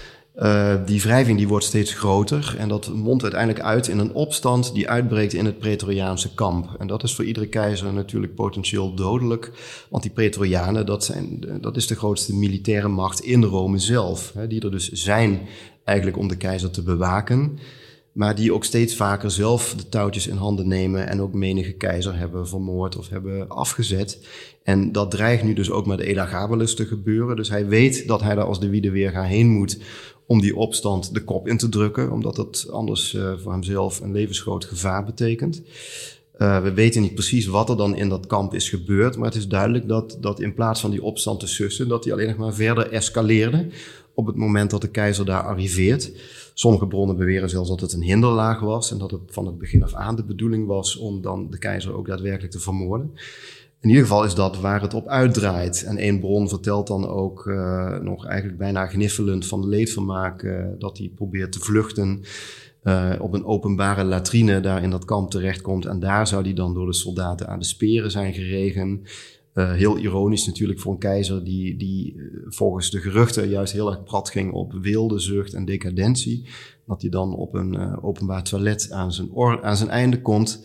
Uh, die wrijving die wordt steeds groter en dat mondt uiteindelijk uit in een opstand die uitbreekt in het Praetoriaanse kamp. En dat is voor iedere keizer natuurlijk potentieel dodelijk, want die Praetorianen, dat, zijn, dat is de grootste militaire macht in Rome zelf, hè, die er dus zijn eigenlijk om de keizer te bewaken, maar die ook steeds vaker zelf de touwtjes in handen nemen en ook menige keizer hebben vermoord of hebben afgezet. En dat dreigt nu dus ook met Elagabalus te gebeuren. Dus hij weet dat hij daar als de Wiedeweerga heen moet om die opstand de kop in te drukken, omdat dat anders uh, voor hemzelf een levensgroot gevaar betekent. Uh, we weten niet precies wat er dan in dat kamp is gebeurd, maar het is duidelijk dat, dat in plaats van die opstand te sussen, dat die alleen nog maar verder escaleerde op het moment dat de keizer daar arriveert. Sommige bronnen beweren zelfs dat het een hinderlaag was en dat het van het begin af aan de bedoeling was om dan de keizer ook daadwerkelijk te vermoorden. In ieder geval is dat waar het op uitdraait. En één bron vertelt dan ook uh, nog eigenlijk bijna gniffelend van de leedvermaak uh, dat hij probeert te vluchten, uh, op een openbare latrine daar in dat kamp terechtkomt. En daar zou hij dan door de soldaten aan de speren zijn geregen. Uh, heel ironisch natuurlijk voor een keizer die, die uh, volgens de geruchten juist heel erg prat ging op weelde, zucht en decadentie. Dat hij dan op een uh, openbaar toilet aan zijn, or- aan zijn einde komt.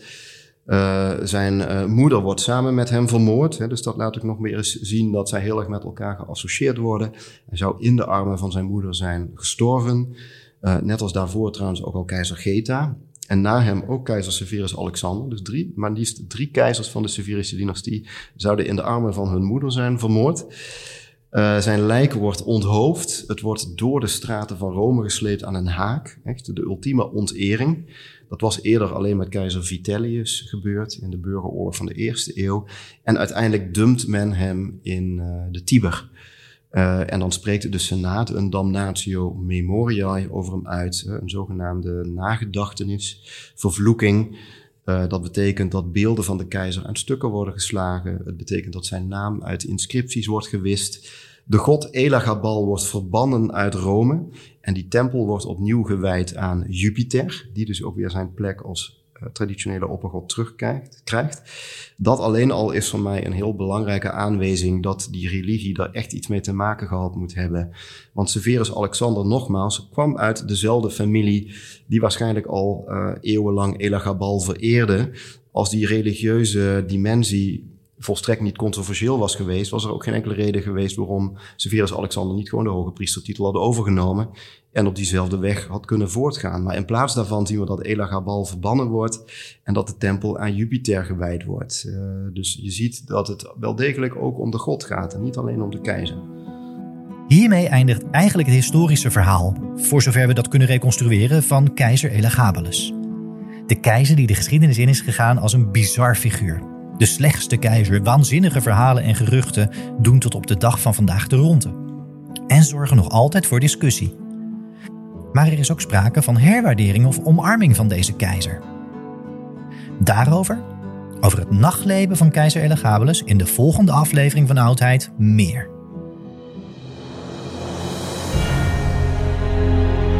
Uh, zijn uh, moeder wordt samen met hem vermoord. Hè, dus dat laat ook nog meer eens zien dat zij heel erg met elkaar geassocieerd worden. Hij zou in de armen van zijn moeder zijn gestorven. Uh, net als daarvoor trouwens ook al keizer Geta. En na hem ook keizer Severus Alexander. Dus drie, maar liefst drie keizers van de Severische dynastie zouden in de armen van hun moeder zijn vermoord. Uh, zijn lijk wordt onthoofd. Het wordt door de straten van Rome gesleept aan een haak. Echt de ultieme ontering. Dat was eerder alleen met keizer Vitellius gebeurd in de burgeroorlog van de eerste eeuw. En uiteindelijk dumpt men hem in uh, de Tiber. Uh, en dan spreekt de Senaat een damnatio memoriae over hem uit. Uh, een zogenaamde nagedachtenis, vervloeking. Uh, dat betekent dat beelden van de keizer aan stukken worden geslagen. Het betekent dat zijn naam uit inscripties wordt gewist. De god Elagabal wordt verbannen uit Rome. En die tempel wordt opnieuw gewijd aan Jupiter, die dus ook weer zijn plek als uh, traditionele oppergod terugkrijgt. Dat alleen al is voor mij een heel belangrijke aanwijzing dat die religie daar echt iets mee te maken gehad moet hebben. Want Severus Alexander, nogmaals, kwam uit dezelfde familie die waarschijnlijk al uh, eeuwenlang Elagabal vereerde. Als die religieuze dimensie volstrekt niet controversieel was geweest, was er ook geen enkele reden geweest waarom Severus Alexander niet gewoon de hoge priestertitel had overgenomen en op diezelfde weg had kunnen voortgaan. Maar in plaats daarvan zien we dat Elagabal verbannen wordt en dat de tempel aan Jupiter gewijd wordt. Uh, dus je ziet dat het wel degelijk ook om de god gaat en niet alleen om de keizer. Hiermee eindigt eigenlijk het historische verhaal, voor zover we dat kunnen reconstrueren, van keizer Elagabalus. De keizer die de geschiedenis in is gegaan als een bizar figuur. De slechtste keizer, waanzinnige verhalen en geruchten doen tot op de dag van vandaag de ronde. En zorgen nog altijd voor discussie. Maar er is ook sprake van herwaardering of omarming van deze keizer. Daarover, over het nachtleven van keizer Elagabalus in de volgende aflevering van Oudheid meer.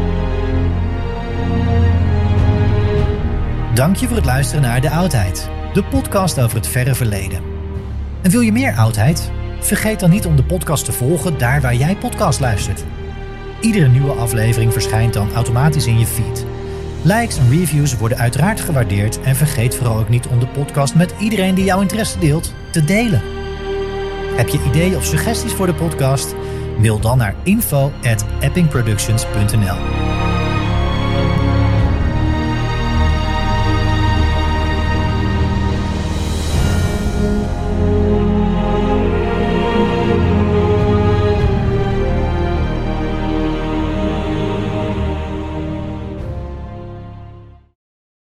Dank je voor het luisteren naar De Oudheid. de podcast over het verre verleden. En wil je meer oudheid? Vergeet dan niet om de podcast te volgen daar waar jij podcast luistert. Iedere nieuwe aflevering verschijnt dan automatisch in je feed. Likes en reviews worden uiteraard gewaardeerd en vergeet vooral ook niet om de podcast met iedereen die jouw interesse deelt te delen. Heb je ideeën of suggesties voor de podcast? Mail dan naar info at eppingproductions punt n l.